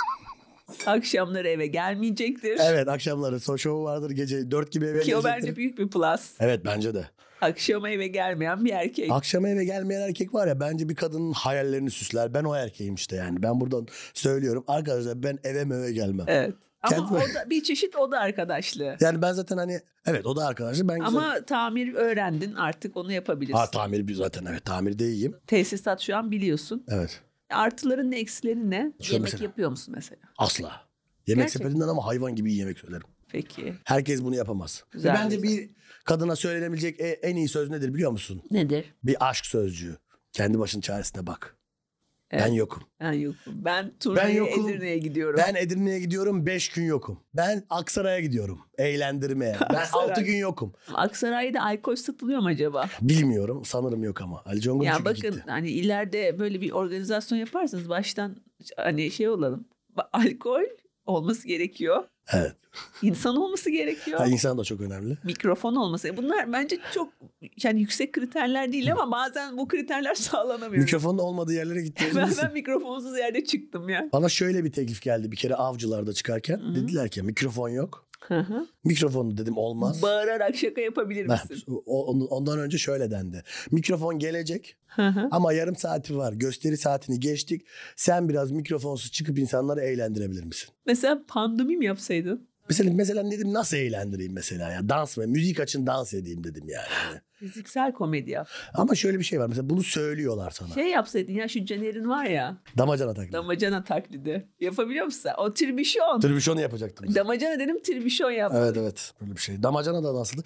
Akşamları eve gelmeyecektir. Evet, akşamları so show vardır, gece dört gibi eve Ki o gelecektir. bence büyük bir plus. Evet, bence de. Akşama eve gelmeyen bir erkek. Akşama eve gelmeyen erkek var ya, bence bir kadının hayallerini süsler. Ben o erkeğim işte yani. Ben buradan söylüyorum. Arkadaşlar, ben eve meve gelmem. Evet. Ama Kendime- o da bir çeşit oda arkadaşlığı. Yani ben zaten hani evet, o da arkadaşı. Ben güzel. Ama tamir öğrendin, artık onu yapabilirsin. Ha, tamir bir zaten evet, tamirde iyiyim. Tesisat şu an biliyorsun. Evet. Artıların ne, eksileri ne? Şöyle Yemek mesela. yapıyor musun mesela? Asla. Yemek Gerçekten. sepetinden ama hayvan gibi iyi yemek söylerim. Peki. Herkes bunu yapamaz. Ve Güzel, bence güzel. bir kadına söylenebilecek e- en iyi söz nedir biliyor musun? Nedir? Bir aşk sözcüğü. Kendi başın çaresine bak. Evet. Ben yokum. Ben yokum. Ben turneye Ben yokum. Edirne'ye gidiyorum. Ben Edirne'ye gidiyorum, beş gün yokum. Ben Aksaray'a gidiyorum eğlendirmeye. Ben Aksaray. altı gün yokum. Aksaray'da alkol satılıyor mu acaba? Bilmiyorum, sanırım yok ama. Ali Congun Ya çünkü bakın gitti. hani ileride böyle bir organizasyon yaparsanız baştan hani şey olalım. Ba- Alkol olması gerekiyor. Evet. İnsan olması gerekiyor. Ha, insan da çok önemli. Mikrofon olması. Bunlar bence çok yani yüksek kriterler değil ama bazen bu kriterler sağlanamıyor. Mikrofonun olmadığı yerlere gittiğimiz ben, bilirsin. ben mikrofonsuz yerde çıktım ya. Bana şöyle bir teklif geldi bir kere avcılarda çıkarken. Hı. Dediler ki mikrofon yok. Hı hı. Mikrofonu dedim olmaz. Bağırarak şaka yapabilir Heh, misin? o- on- ondan önce şöyle dendi. Mikrofon gelecek Hı hı. ama yarım saati var. Gösteri saatini geçtik. Sen biraz mikrofonsuz çıkıp insanları eğlendirebilir misin? Mesela pandemi mi yapsaydın? Mesela mesela dedim nasıl eğlendireyim mesela ya? Dans mı? Müzik açın dans edeyim dedim yani. Hani. Fiziksel komedi yap. Ama şöyle bir şey var. Mesela bunu söylüyorlar sana. Şey yapsaydın ya, şu Caner'in var ya, Damacana taklidi. damacana taklidi. Yapabiliyor musun? O tribüşon. Tribüşonu yapacaktım. Damacana dedim, tribüşon yap. Evet evet. Böyle bir şey. Damacana da nasıldı?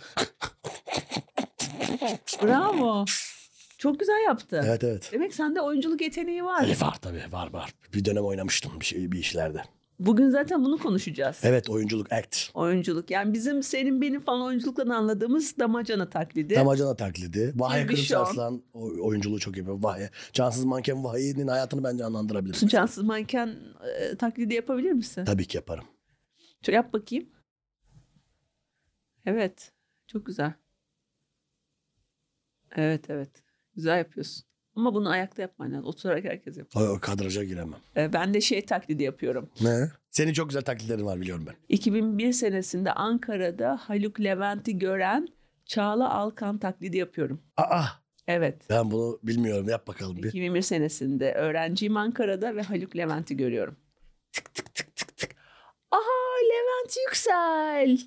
Bravo. Çok güzel yaptı. Evet evet. Demek sende oyunculuk yeteneği var. Evet, var tabii var var. Bir dönem oynamıştım bir şey bir işlerde. Bugün zaten bunu konuşacağız. Evet, oyunculuk act. Oyunculuk. Yani bizim senin benim falan oyunculuktan anladığımız damacana taklidi. Damacana taklidi. Vahiy Tribüşon. Kılıçarslan o- oyunculuğu çok yapıyor. Vahiy. Cansız manken Vahiy'nin hayatını bence anlandırabilirim. Cansız manken e, taklidi yapabilir misin? Tabii ki yaparım. Çok yap bakayım. Evet. Çok güzel. Evet evet. Güzel yapıyorsun. Ama bunu ayakta yapman lazım. Oturarak herkes yapıyor. O, o kadraja giremem. E, ben de şey taklidi yapıyorum. Ne? Senin çok güzel taklitlerin var biliyorum ben. iki bin bir senesinde Ankara'da Haluk Levent'i gören Çağla Alkan taklidi yapıyorum. Aa, Evet. ben bunu bilmiyorum. Yap bakalım bir. iki bin bir senesinde öğrenciyim Ankara'da ve Haluk Levent'i görüyorum. Tık tık tık tık tık. Aha, Levent Yüksel.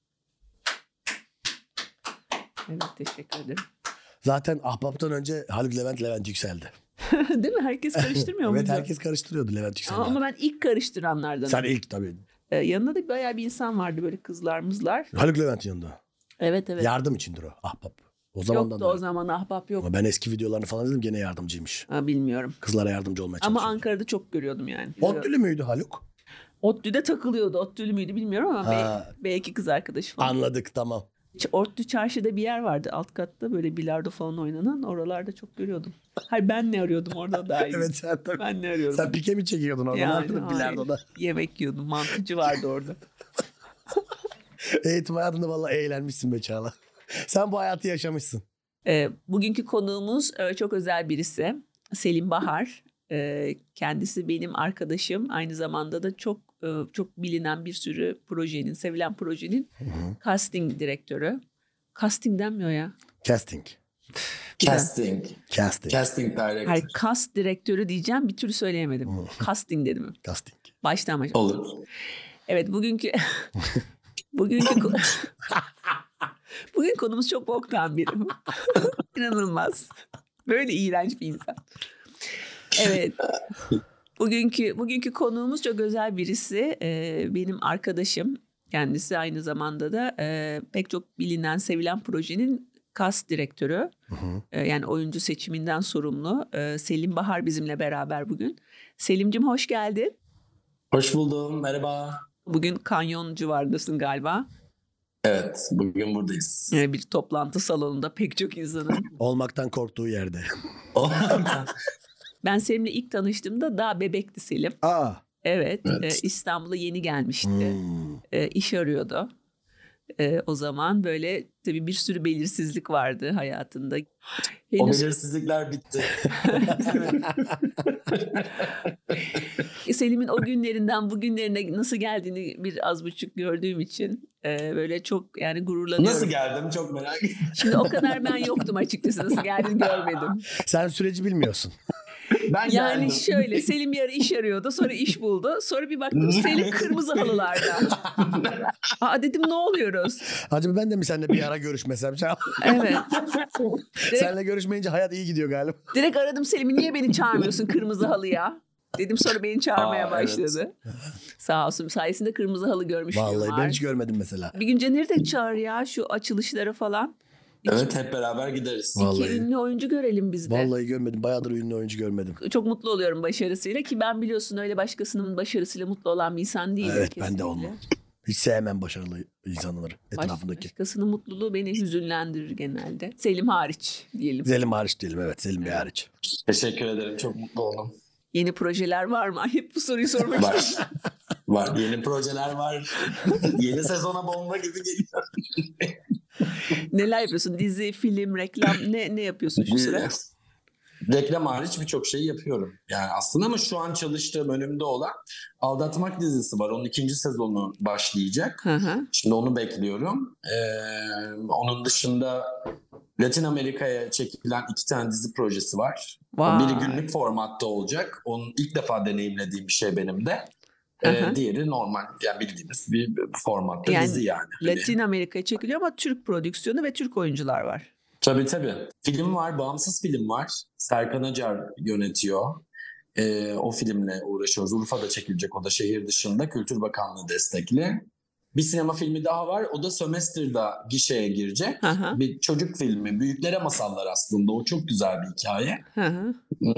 Evet, teşekkür ederim. Zaten Ahbap'tan önce Haluk Levent Levent yükseldi. Değil mi? Herkes karıştırmıyor mu? Evet, herkes karıştırıyordu Levent Yüksel'i. Ama, ama ben ilk karıştıranlardanım. Sen ilk tabii. Ee, yanında da bayağı bir insan vardı, böyle kızlar mızlar. Haluk Levent'in yanında. Evet evet. Yardım içindir o Ahbap. O zamandan Yoktu da. o zaman ahbap yok. Ama ben eski videolarını falan izledim, gene yardımcıymış. Ha, bilmiyorum. Kızlara yardımcı olmaya Ama çalışıyor. Ankara'da çok görüyordum yani. Ottülü müydü Haluk? ODTÜ'de takılıyordu. ODTÜ'lü müydü bilmiyorum ama Ha. be- belki kız arkadaşı falan. Anladık, tamam. Ç- ODTÜ çarşıda bir yer vardı alt katta, böyle bilardo falan oynanan. Oralarda çok görüyordum. Hayır, ben ne arıyordum orada daha iyi. Evet, sen tabii. Ben ne arıyorum? Sen pike mi çekiyordun orada? Yani, Ne yapıyordun hayır. bilardoda? Yemek yiyordum. Mantıcı vardı orada. Eğitim hayatında vallahi eğlenmişsin be Çağla. Sen bu hayatı yaşamışsın. Ee, bugünkü konuğumuz e, çok özel birisi. Selim Bahar. Ee, kendisi benim arkadaşım. Aynı zamanda da çok e, çok bilinen bir sürü projenin, sevilen projenin Hı hı. casting direktörü. Casting denmiyor ya. Casting. Casting. Casting. Casting director. Hayır, cast direktörü diyeceğim, bir türlü söyleyemedim. Casting dedim. Casting. Baştan başa. Olur. Evet, bugünkü bugünkü ko- bugün konumuz çok boktan birim. İnanılmaz. Böyle iğrenç bir insan. Evet. Bugünkü bugünkü konuğumuz çok özel birisi. Ee, benim arkadaşım. Kendisi aynı zamanda da e, pek çok bilinen, sevilen projenin cast direktörü. Hı hı. E, yani oyuncu seçiminden sorumlu. E, Selim Bahar bizimle beraber bugün. Selim'cim hoş geldin. Hoş buldum. Merhaba. Bugün Kanyon civarındasın galiba. Evet. Bugün buradayız. E, bir toplantı salonunda pek çok insanın. Olmaktan korktuğu yerde. Ben Selim'le ilk tanıştığımda daha bebekti Selim. Aa. Evet, Evet. e, İstanbul'a yeni gelmişti. Hmm. E, iş arıyordu. E, o zaman böyle tabii bir sürü belirsizlik vardı hayatında. O Henüz belirsizlikler bitti. Selim'in o günlerinden bugünlerine nasıl geldiğini bir az buçuk gördüğüm için e, böyle çok yani gururlanıyorum. Nasıl geldim çok merak ettim. Şimdi o kadar ben yoktum açıkçası, nasıl geldiğini görmedim. Sen süreci bilmiyorsun. Ben Yani geldim. şöyle, Selim bir ara iş arıyordu, sonra iş buldu. Sonra bir baktım Selim kırmızı halılarda. Aa dedim, ne oluyoruz? Acaba ben de mi seninle bir ara görüşmesem? Evet. Direkt, Seninle görüşmeyince hayat iyi gidiyor galiba. direkt aradım Selim'i, niye beni çağırmıyorsun kırmızı halıya? Dedim, sonra beni çağırmaya Aa, başladı. Sağ olsun, sayesinde kırmızı halı görmüşlüğüm Vallahi var. ben hiç görmedim mesela. Bir gün Caner'i de çağır ya, şu açılışlara falan. Evet, hep beraber gideriz. İki Vallahi. ünlü oyuncu görelim biz de. Vallahi görmedim. Bayağıdır ünlü oyuncu görmedim. Çok mutlu oluyorum başarısıyla, ki ben biliyorsun öyle başkasının başarısıyla mutlu olan bir insan değilim. Evet, ben de kesinlikle. olmam. Hiç sevmem başarılı insanları Baş- etrafındaki. Başkasının mutluluğu beni hüzünlendirir genelde. Selim hariç diyelim. Selim hariç diyelim, evet, Selim Bey hariç. Teşekkür ederim. Çok mutlu oldum. Yeni projeler var mı? Ay, hep bu soruyu sormak Var. istedim. Var. Yeni projeler var. Yeni sezona bomba gibi geliyor. Neler yapıyorsun? Dizi, film, reklam, ne ne yapıyorsun şu sıra? Reklam hariç birçok şey yapıyorum. Yani aslında, ama şu an çalıştığım, önümde olan Aldatmak dizisi var. Onun ikinci sezonu başlayacak. Hı hı. Şimdi onu bekliyorum. Ee, onun dışında Latin Amerika'ya çekilen iki tane dizi projesi var. Vay. Biri günlük formatta olacak. Onun ilk defa deneyimlediğim bir şey benim de. Ee, Hı hı. diğeri normal, yani bildiğimiz bir formatta Yani dizi yani. Hani- Latin Amerika'ya çekiliyor ama Türk prodüksiyonu ve Türk oyuncular var. Tabii tabii. Film var, bağımsız film var. Serkan Acar yönetiyor. Ee, o filmle uğraşıyoruz. Urfa'da çekilecek, o da şehir dışında. Kültür Bakanlığı destekli. Bir sinema filmi daha var. O da Sömestr'da gişeye girecek. Hı hı. Bir çocuk filmi. Büyüklere masallar aslında. O çok güzel bir hikaye. Hı hı.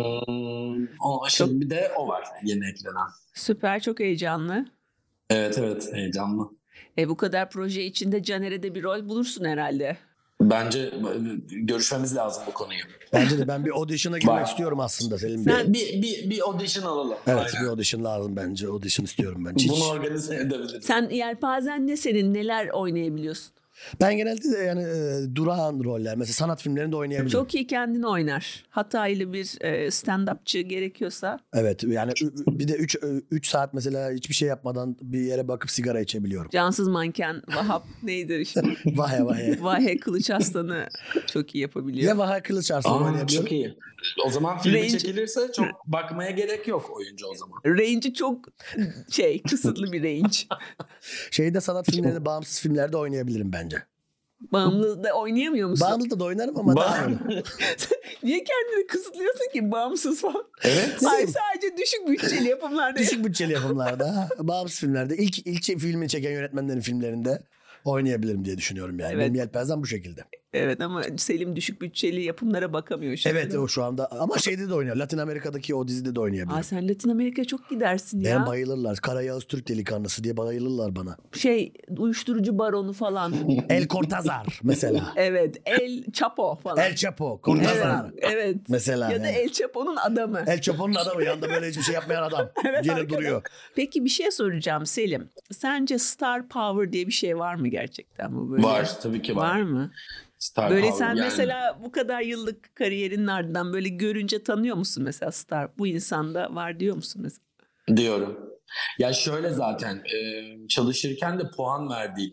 Hmm, o, şimdi bir de o var yeni eklenen. Süper, çok heyecanlı. Evet evet, heyecanlı. E, bu kadar proje içinde Caner'e de bir rol bulursun herhalde. Bence e, görüşmemiz lazım bu konuyu. Bence de ben bir audition'a girmek Var. istiyorum aslında Selim Bey. Bir, bir, bir, bir audition alalım. Evet, Aynen. bir audition lazım bence. Audition istiyorum ben. Hiç- Bunu organize edebiliriz. Sen yelpazen ne senin? Neler oynayabiliyorsun? Ben genelde de yani e, durağan roller. Mesela sanat filmlerinde oynayabilirim. Çok iyi kendin oynar. Hataylı bir e, stand-upçı gerekiyorsa. Evet, yani ü- ü- bir de üç saat mesela hiçbir şey yapmadan bir yere bakıp sigara içebiliyorum. Cansız manken Vahap neydi işte? Vahe vahe. Vahe Kılıç Aslan'ı çok iyi yapabiliyor. Ya Vahe Kılıç Arslan Aa, oynayabiliyorum. çok iyi. O zaman filmi Range- çekilirse çok bakmaya gerek yok oyuncu o zaman. Range'i çok şey, kısıtlı bir range. Şeyde sanat filmlerinde, bağımsız filmlerde oynayabilirim bence. Bağımlı da oynayamıyor musun? Bağımlı da oynarım ama daha öyle. Niye kendini kısıtlıyorsun ki, bağımsız falan? Evet. Hayır, sadece düşük bütçeli yapımlarda. Düşük bütçeli yapımlarda, bağımsız filmlerde, ilk ilk filmini çeken yönetmenlerin filmlerinde oynayabilirim diye düşünüyorum yani. Evet. Benim yelpazem bu şekilde. Evet, ama Selim düşük bütçeli yapımlara bakamıyor şimdi. Evet, o şu anda ama şeyde de oynuyor. Latin Amerika'daki o dizide de oynayabilirim. Aa, sen Latin Amerika'ya çok gidersin ya. Ben bayılırlar. Kara Yağız Türk delikanlısı diye bayılırlar bana. Şey, uyuşturucu baronu falan. El Cortazar mesela. Evet, El Chapo falan. El Chapo, Cortazar. Evet, evet. Mesela Ya da yani. El Chapo'nun adamı. El Chapo'nun adamı, yanında böyle hiçbir şey yapmayan adam. Yine arkada. duruyor. Peki bir şey soracağım Selim. Sence star power diye bir şey var mı gerçekten bu böyle? Var, tabii ki var. Var mı? Star Böyle Power sen yani. mesela bu kadar yıllık kariyerinin ardından böyle görünce tanıyor musun mesela star? Bu insanda var diyor musun mesela? Diyorum. Ya şöyle, zaten e, çalışırken de puan verdiğim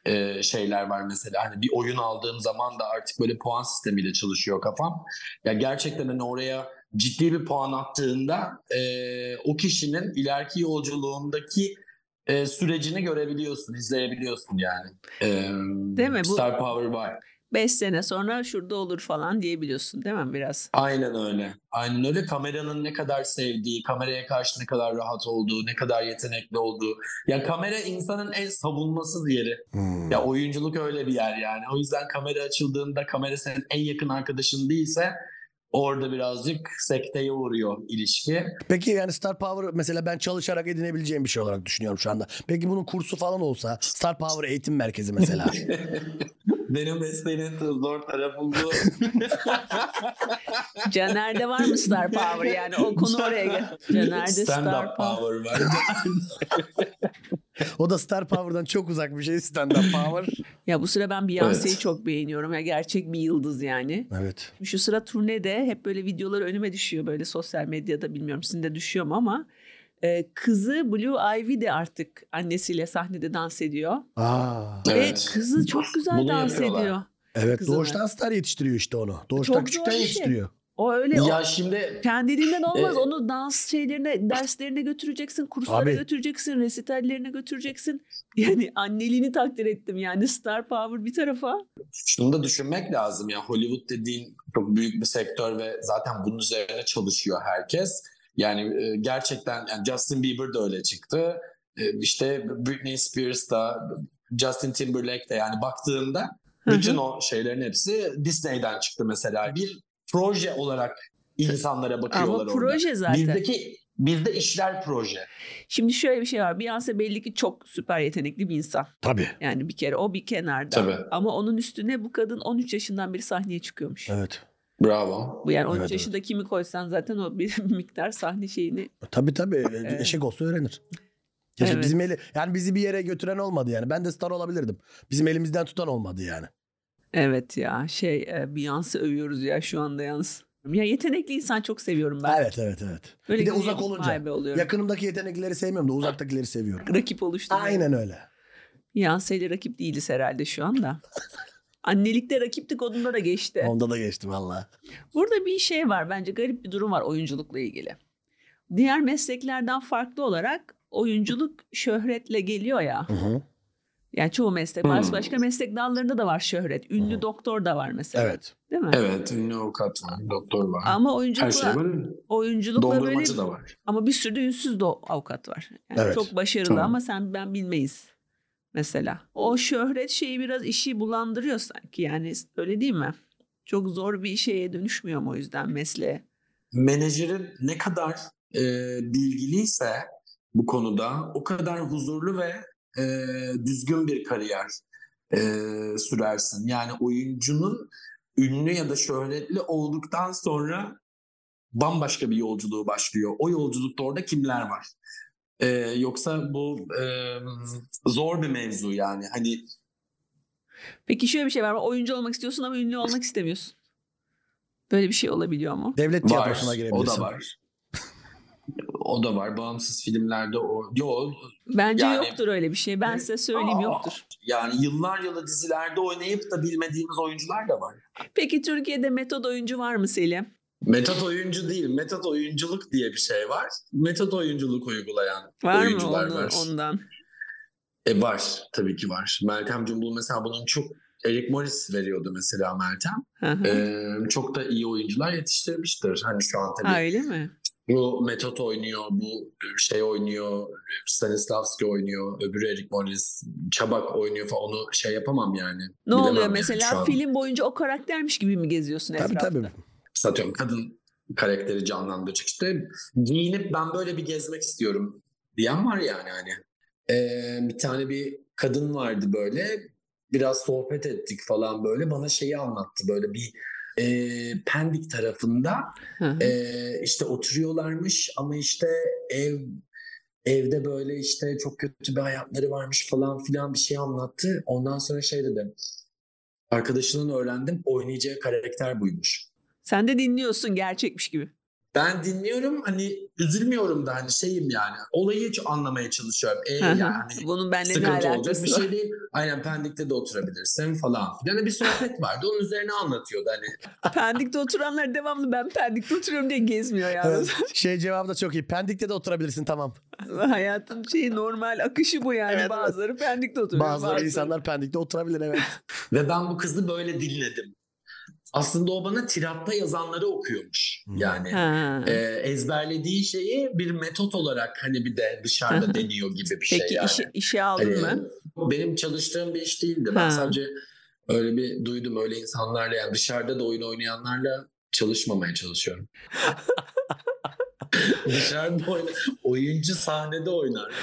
e, şeyler var mesela. Hani bir oyun aldığım zaman da artık böyle puan sistemiyle çalışıyor kafam. Ya gerçekten hani oraya ciddi bir puan attığında e, o kişinin ileriki yolculuğundaki e, sürecini görebiliyorsun, izleyebiliyorsun yani. E, Değil mi? Bu Star Power var. beş sene sonra şurada olur falan diyebiliyorsun değil mi biraz? Aynen öyle. Aynen öyle. Kameranın ne kadar sevdiği, kameraya karşı ne kadar rahat olduğu, ne kadar yetenekli olduğu. Ya kamera insanın en savunmasız yeri. Hmm. Ya oyunculuk öyle bir yer yani. O yüzden kamera açıldığında kamera senin en yakın arkadaşın değilse orada birazcık sekteye uğruyor ilişki. Peki yani Star Power mesela ben çalışarak edinebileceğim bir şey olarak düşünüyorum şu anda. Peki bunun kursu falan olsa Star Power Eğitim Merkezi mesela. Benim mesleğin zor tarafı bu. Caner'de var mı Star Power yani o konu oraya gel. Caner'de Stand Star up Power. power var. O da Star Power'dan çok uzak bir şey, stand up power. Ya bu sıra ben Beyoncé'yi Evet. çok beğeniyorum. Ya gerçek bir yıldız yani. Evet. Şu sıra turnede hep böyle videoları önüme düşüyor böyle sosyal medyada, bilmiyorum sizin de düşüyor mu ama e, kızı Blue Ivy de artık annesiyle sahnede dans ediyor. Aa. Evet. Ve kızı çok güzel Bunu dans yapıyorlar. ediyor. Evet, Kızını. doğuştan star yetiştiriyor işte onu. Doğuştan Çok küçükten zor bir şey. yetiştiriyor. O öyle o Ya şimdi kendiliğinden olmaz. E- Onu dans şeylerine, derslerine götüreceksin, kurslara Abi. götüreceksin, resitallerine götüreceksin. Yani anneliğini takdir ettim. Yani Star Power bir tarafa. şunu da düşünmek lazım ya, Hollywood dediğin çok büyük bir sektör ve zaten bunun üzerine çalışıyor herkes. Yani e, gerçekten yani Justin Bieber da öyle çıktı. E, işte Britney Spears da, Justin Timberlake de, yani baktığında bütün o şeylerin hepsi Disney'den çıktı mesela. Bir proje olarak insanlara bakıyorlar Ama orada. proje zaten. Bizdeki bizde işler proje. Şimdi şöyle bir şey var. Beyoncé belli ki çok süper yetenekli bir insan. Tabii. Yani bir kere o bir kenarda. Tabii. Ama onun üstüne bu kadın on üç yaşından beri sahneye çıkıyormuş. Evet. Bravo. Bu yani on üç Evet, yaşında kimi koysan zaten o bir miktar sahne şeyini. Tabii tabii. Evet. Eşek olsa öğrenir. Keşke Evet. bizim eli, yani bizi bir yere götüren olmadı yani. Ben de star olabilirdim. Bizim elimizden tutan olmadı yani. Evet ya şey e, Beyoncé övüyoruz ya şu anda yalnız. Ya yetenekli insan çok seviyorum ben. Evet evet evet. Böyle bir de görünce uzak olunca. vay be oluyorum. Yakınımdaki yeteneklileri sevmiyorum da uzaktakileri seviyorum. Rakip oluştu. Aynen öyle. Beyoncé ile rakip değiliz herhalde şu anda. Annelikte rakiptik, onunla da geçti. Onda da geçti valla. Burada bir şey var, bence garip bir durum var oyunculukla ilgili. Diğer mesleklerden farklı olarak oyunculuk şöhretle geliyor ya. Hı hı. Yani çoğu meslek var. Başka meslek dallarında da var şöhret. Ünlü doktor da var mesela. Evet. Değil mi? Evet, ünlü avukat var, doktor var. Ama Her oyunculukla, şey var. oyunculukla böyle Dondurmacı da var. ama bir sürü de ünsüz de avukat var. Yani Evet. çok başarılı Tamam. ama sen ben bilmeyiz mesela. O şöhret şeyi biraz işi bulandırıyor sanki. Yani öyle değil mi? Çok zor bir şeye dönüşmüyor mu o yüzden mesleğe? Menajerin ne kadar e, bilgiliyse bu konuda o kadar huzurlu ve e, düzgün bir kariyer e, sürersin. Yani oyuncunun ünlü ya da şöhretli olduktan sonra bambaşka bir yolculuğu başlıyor. O yolculukta orada kimler var? E, yoksa bu e, zor bir mevzu yani. Hani Peki şöyle bir şey var. Oyuncu olmak istiyorsun ama ünlü olmak istemiyorsun. Böyle bir şey olabiliyor mu? Devlet var, tiyatrosuna o girebilirsin. da var. O da var. Bağımsız filmlerde o. Yo, Bence Yani- yoktur öyle bir şey. Ben size söyleyeyim Aa, yoktur. Yani yıllar yılı dizilerde oynayıp da bilmediğimiz oyuncular da var. Peki Türkiye'de metot oyuncu var mı Selim? Metot oyuncu değil, metot oyunculuk diye bir şey var. Metot oyunculuk uygulayan Var mı oyuncular onu, var. ondan? E var, tabii ki var. Meltem Cumbul mesela bunun çok... Eric Morris veriyordu mesela Meltem. Hı hı. Ee, çok da iyi oyuncular yetiştirmiştir. Hani şu an tabii Ha, öyle mi? bu Metot oynuyor, bu şey oynuyor, Stanislavski oynuyor, öbürü Eric Morris, Çabak oynuyor falan, onu şey yapamam yani. Ne Bilemem oluyor yani mesela şu an. film boyunca o karaktermiş gibi mi geziyorsun Tabii etrafta? tabii. Satıyorum kadın karakteri canlandıracak işte. Giyinip ben böyle bir gezmek istiyorum diyen var yani hani. Ee, bir tane bir kadın vardı böyle. Biraz sohbet ettik falan böyle. Bana şeyi anlattı böyle bir e, Pendik tarafında Hı hı. e, işte oturuyorlarmış ama işte ev evde böyle işte çok kötü bir hayatları varmış falan filan bir şey anlattı. Ondan sonra şey dedim. Arkadaşının öğrendim oynayacağı karakter buymuş. Sen de dinliyorsun gerçekmiş gibi. Ben dinliyorum, hani üzülmüyorum da, hani şeyim yani. Olayı hiç anlamaya çalışıyorum. E Hı hı. yani hani Bunun benimle ne sıkıntı olacak alakası bir var? şey değil. Aynen, Pendik'te de oturabilirsin falan filan. Yani bir sohbet vardı. Onun üzerine anlatıyordu hani. Pendik'te oturanlar devamlı ben Pendik'te oturuyorum diye gezmiyor yani. Evet, şey cevabı da çok iyi. Pendik'te de oturabilirsin, tamam. Hayatın şeyi normal akışı bu yani. Evet, evet. Bazıları Pendik'te oturuyor. Bazıları insanlar Pendik'te oturabilir, evet. Ve ben bu kızı böyle dinledim. Aslında o bana tiratta yazanları okuyormuş. Hmm. Yani Ha. e, ezberlediği şeyi bir metot olarak hani bir de dışarıda deniyor gibi bir şey Peki yani. işe, işe aldın Hani, mı? benim çalıştığım bir iş değildi. Ben Ha. sadece öyle bir duydum, öyle insanlarla, yani dışarıda da oyun oynayanlarla çalışmamaya çalışıyorum. Dışarıda oyna, oyuncu sahnede oynar.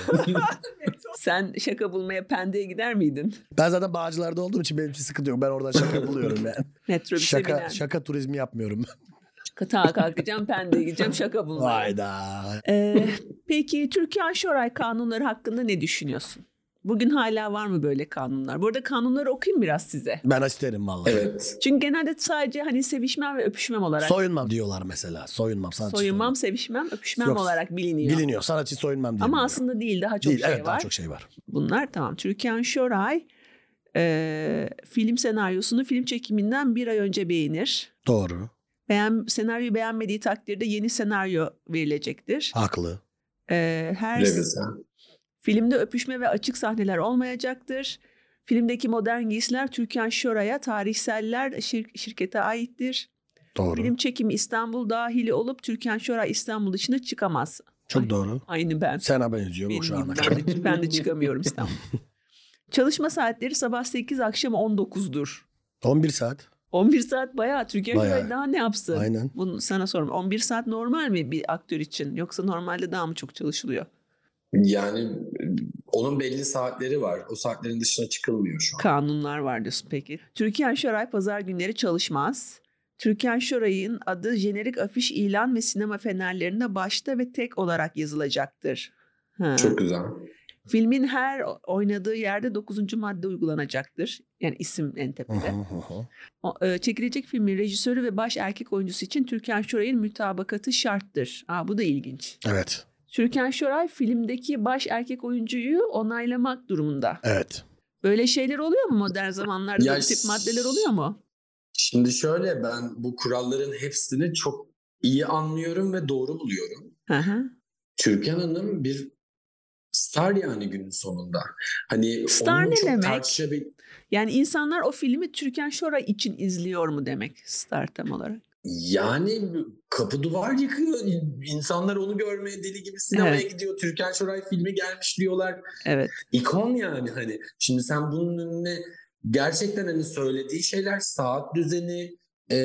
Sen şaka bulmaya Pendik'e gider miydin? Ben zaten Bağcılar'da olduğum için benim için sıkıntı yok. Ben oradan şaka buluyorum yani. Metrobüse Şaka, biner. şaka turizmi yapmıyorum. Katağa kalkacağım Pendik'e gideceğim şaka bulmaya. Hayda. Ee, peki Türkan Şoray kanunları hakkında ne düşünüyorsun? Bugün hala var mı böyle kanunlar? Bu arada kanunları okuyayım biraz size. Ben isterim vallahi. Evet. Çünkü genelde sadece hani sevişmem ve öpüşmem olarak. Soyunmam diyorlar mesela. Soyunmam. Sanatçı Soyunmam, sevişmem, öpüşmem Yok, olarak biliniyor. biliniyor. Sanatçı soyunmam diye Ama biliniyor. aslında değil, daha çok Değil, şey evet, var. daha çok şey var. Bunlar tamam. Türkan Şoray e, film senaryosunu film çekiminden bir ay önce beğenir. Doğru. Beğen, senaryoyu beğenmediği takdirde yeni senaryo verilecektir. Haklı. E, her Revize. filmde öpüşme ve açık sahneler olmayacaktır. Filmdeki modern giysiler Türkan Şoray'a, tarihseller şir- şirkete aittir. Doğru. Film çekimi İstanbul dahili olup Türkan Şoray İstanbul dışına çıkamaz. Çok Ay, doğru. Aynı ben. Sana benziyor bu şu Benim ana gibi. kadar. Ben de, ben de çıkamıyorum İstanbul. Çalışma saatleri sabah sekiz akşam on dokuzdur. on bir saat. on bir saat bayağı. Türkan Bayağı. Şoray daha ne yapsın? Aynen. Bunu sana sorayım. on bir saat normal mi bir aktör için? Yoksa normalde daha mı çok çalışılıyor? Yani onun belli saatleri var. O saatlerin dışına çıkılmıyor şu an. Kanunlar var diyorsun peki. Türkan Şoray pazar günleri çalışmaz. Türkan Şoray'ın adı jenerik afiş, ilan ve sinema fenerlerinde başta ve tek olarak yazılacaktır. Ha. Çok güzel. Filmin her oynadığı yerde dokuzuncu madde uygulanacaktır. Yani isim en Hı tepede. hı hı hı. O, e, çekilecek filmin rejisörü ve baş erkek oyuncusu için Türkan Şoray'ın mütabakatı şarttır. Aa, bu da ilginç. Evet. Türkan Şoray filmdeki baş erkek oyuncuyu onaylamak durumunda. Evet. Böyle şeyler oluyor mu modern zamanlarda? Ya Bu tip ş- maddeler oluyor mu? Şimdi şöyle, ben bu kuralların hepsini çok iyi anlıyorum ve doğru buluyorum. Hı hı. Türkan Hanım bir star yani günün sonunda. Hani Star onun ne çok demek? tartışabil- Yani insanlar o filmi Türkan Şoray için izliyor mu demek star tam olarak? Yani kapı duvar yıkıyor. İnsanlar onu görmeye deli gibi sinemaya Evet. gidiyor. Türkan Şoray filmi gelmiş diyorlar. Evet. İkon yani hani. Şimdi sen bunun önüne gerçekten hani söylediği şeyler, saat düzeni, e,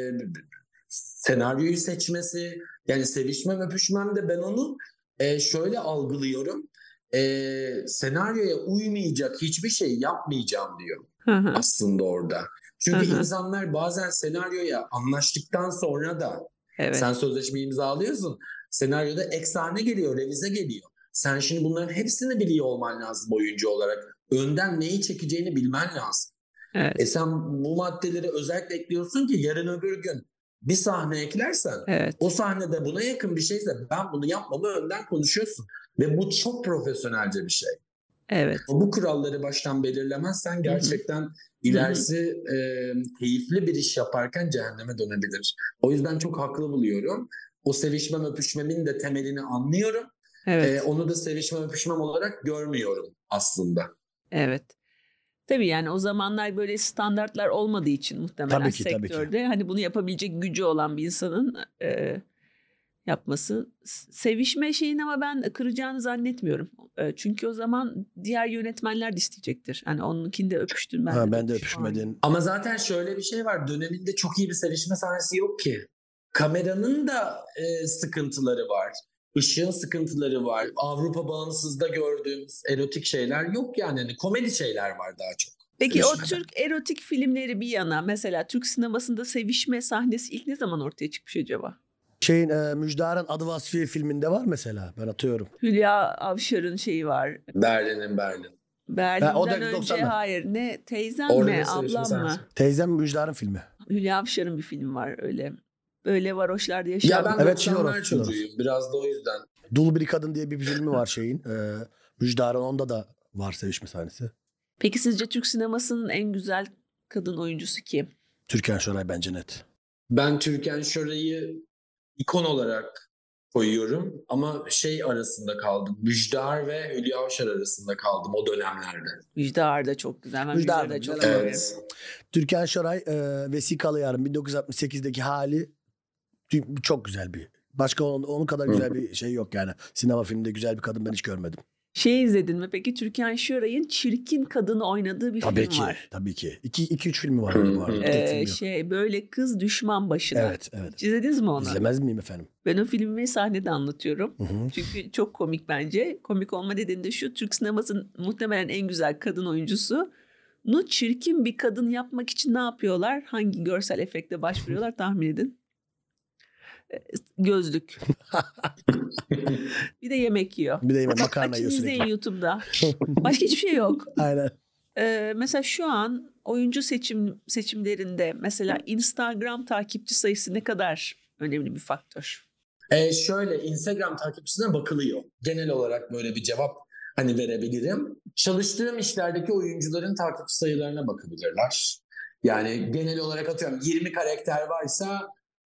senaryoyu seçmesi, yani sevişmem öpüşmem de ben onu e, şöyle algılıyorum. E, senaryoya uymayacak hiçbir şey yapmayacağım diyor Hı hı. aslında orada. Çünkü Hı hı. insanlar bazen senaryoya anlaştıktan sonra da Evet. sen sözleşmeyi imzalıyorsun. Senaryoda ek sahne geliyor, revize geliyor. Sen şimdi bunların hepsini biliyor olman lazım oyuncu olarak. Önden neyi çekeceğini bilmen lazım. Evet. E sen bu maddeleri özellikle ekliyorsun ki yarın öbür gün bir sahne eklersen Evet. o sahnede buna yakın bir şeyse ben bunu yapmamı önden konuşuyorsun. Ve bu çok profesyonelce bir şey. Evet. Bu kuralları baştan belirlemezsen gerçekten ilerisi e, keyifli bir iş yaparken cehenneme dönebilir. O yüzden çok haklı buluyorum. O sevişmem öpüşmemin de temelini anlıyorum. Evet. E, onu da sevişmem öpüşmem olarak görmüyorum aslında. Evet. Tabii yani o zamanlar böyle standartlar olmadığı için muhtemelen Tabii ki, tabii ki. sektörde hani bunu yapabilecek gücü olan bir insanın e, yapması. S- Sevişme şeyini ama ben kıracağını zannetmiyorum. E, çünkü o zaman diğer yönetmenler de isteyecektir. Hani onunkinde öpüştün ben Ha, de, ben de öpüş falan. öpüşmedin. Ama zaten şöyle bir şey var. Döneminde çok iyi bir sevişme sahnesi yok ki. Kameranın da e, sıkıntıları var. Işığın sıkıntıları var. Avrupa bağımsızda gördüğümüz erotik şeyler yok yani. Hani komedi şeyler var daha çok. Peki o Sevişmeden. Türk erotik filmleri bir yana mesela Türk sinemasında sevişme sahnesi ilk ne zaman ortaya çıkmış acaba? Şeyin e, Müjdar'ın Adı Vasfiye filminde var mesela. Ben atıyorum. Hülya Avşar'ın şeyi var. Berlin'in Berlin. Berlin'den Ha, o da önce doksanlar. hayır ne teyzem Orada mi bir sevişme ablam sahnesi. mı? Teyzem Müjdar'ın filmi. Hülya Avşar'ın bir film var öyle. böyle varoşlarda yaşayan. Ya ben Evet, doksanlar Chihuahua, Chihuahua. çocuğuyum. Biraz da o yüzden. Dul Bir Kadın diye bir filmi var şeyin. E, Müjdar'ın, onda da var sevişme sahnesi. Peki sizce Türk sinemasının en güzel kadın oyuncusu kim? Türkan Şoray bence net. Ben Türkan Şoray'ı ikon olarak koyuyorum ama şey arasında kaldım. Müjdar ve Hülya Avşar arasında kaldım o dönemlerde. Müjde Arda çok güzel. Ben Müjde Müjde Arda Arda çok güzel, severim. Evet. Türkan Şoray e, Vesikalı Yarın bin dokuz yüz altmış sekizdeki hali çok güzel bir. Başka onun, onun kadar güzel bir şey yok yani. Sinema filminde güzel bir kadın ben hiç görmedim. Şey izledin mi peki? Türkan Şoray'ın çirkin kadını oynadığı bir Tabii film ki. var. Tabii ki. İki, iki üç filmi var öyle bu arada. Bir tek film Ee, yok. şey böyle kız düşman başına. Evet, evet. Hiç İzlediniz mi onu? İzlemez miyim efendim? Ben o filmi sahnede anlatıyorum. Hı hı. Çünkü çok komik bence. Komik olma nedeni de şu: Türk sinemasının muhtemelen en güzel kadın oyuncusu. Nu çirkin bir kadın yapmak için ne yapıyorlar? Hangi görsel efekte başvuruyorlar tahmin edin. Ee, Gözlük. Bir de yemek yiyor. Bir de yemek makarna Açın yiyor izleyin sürekli. YouTube'da. Başka hiçbir şey yok. Aynen. Ee, mesela şu an oyuncu seçim seçimlerinde mesela Instagram takipçi sayısı ne kadar önemli bir faktör? E şöyle Instagram takipçisine bakılıyor. Genel olarak böyle bir cevap hani verebilirim. Çalıştığım işlerdeki oyuncuların takipçi sayılarına bakabilirler. Yani genel olarak atıyorum yirmi karakter varsa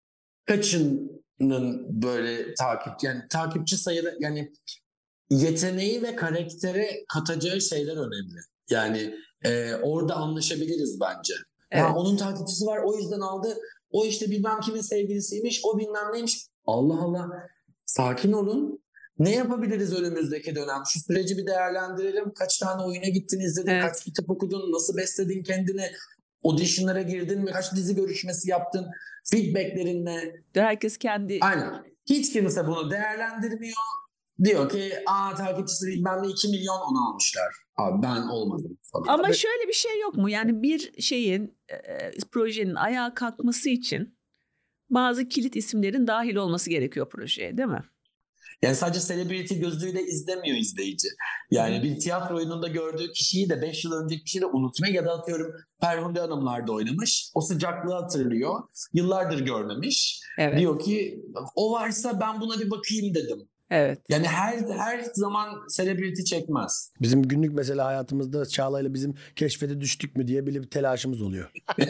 kaçının böyle takip yani takipçi sayıları yani yeteneği ve karaktere katacağı şeyler önemli. Yani e, orada anlaşabiliriz bence. Evet. Ya onun takipçisi var o yüzden aldı. O işte bilmem kimin sevgilisiymiş, o bilmem neymiş. Allah Allah. Sakin olun. Ne yapabiliriz önümüzdeki dönem? Şu süreci bir değerlendirelim. Kaç tane oyuna gittin, izledin, Evet. kaç kitap okudun, nasıl besledin kendini? Auditionlara girdin mi? Kaç dizi görüşmesi yaptın? Feedbacklerin ne? Herkes kendi Aynen. Hiç kimse bunu değerlendirmiyor. Diyor ki aa takipçisi bilmem ne iki milyon onu almışlar. Abi ben olmadım falan. ama şöyle bir şey yok mu? Yani bir şeyin e, projenin ayağa kalkması için bazı kilit isimlerin dahil olması gerekiyor projeye, değil mi? Yani sadece celebrity gözüyle izlemiyor izleyici. Yani bir tiyatro oyununda gördüğü kişiyi de beş yıl önceki kişiyi de unutmuyor ya da atıyorum Ferhunde Hanımlar da oynamış. O sıcaklığı hatırlıyor. Yıllardır görmemiş. Evet. Diyor ki o varsa ben buna bir bakayım dedim. Evet. Yani her her zaman celebrity çekmez. Bizim günlük mesela hayatımızda Çağla'yla bizim keşfete düştük mü diye bile bir telaşımız oluyor.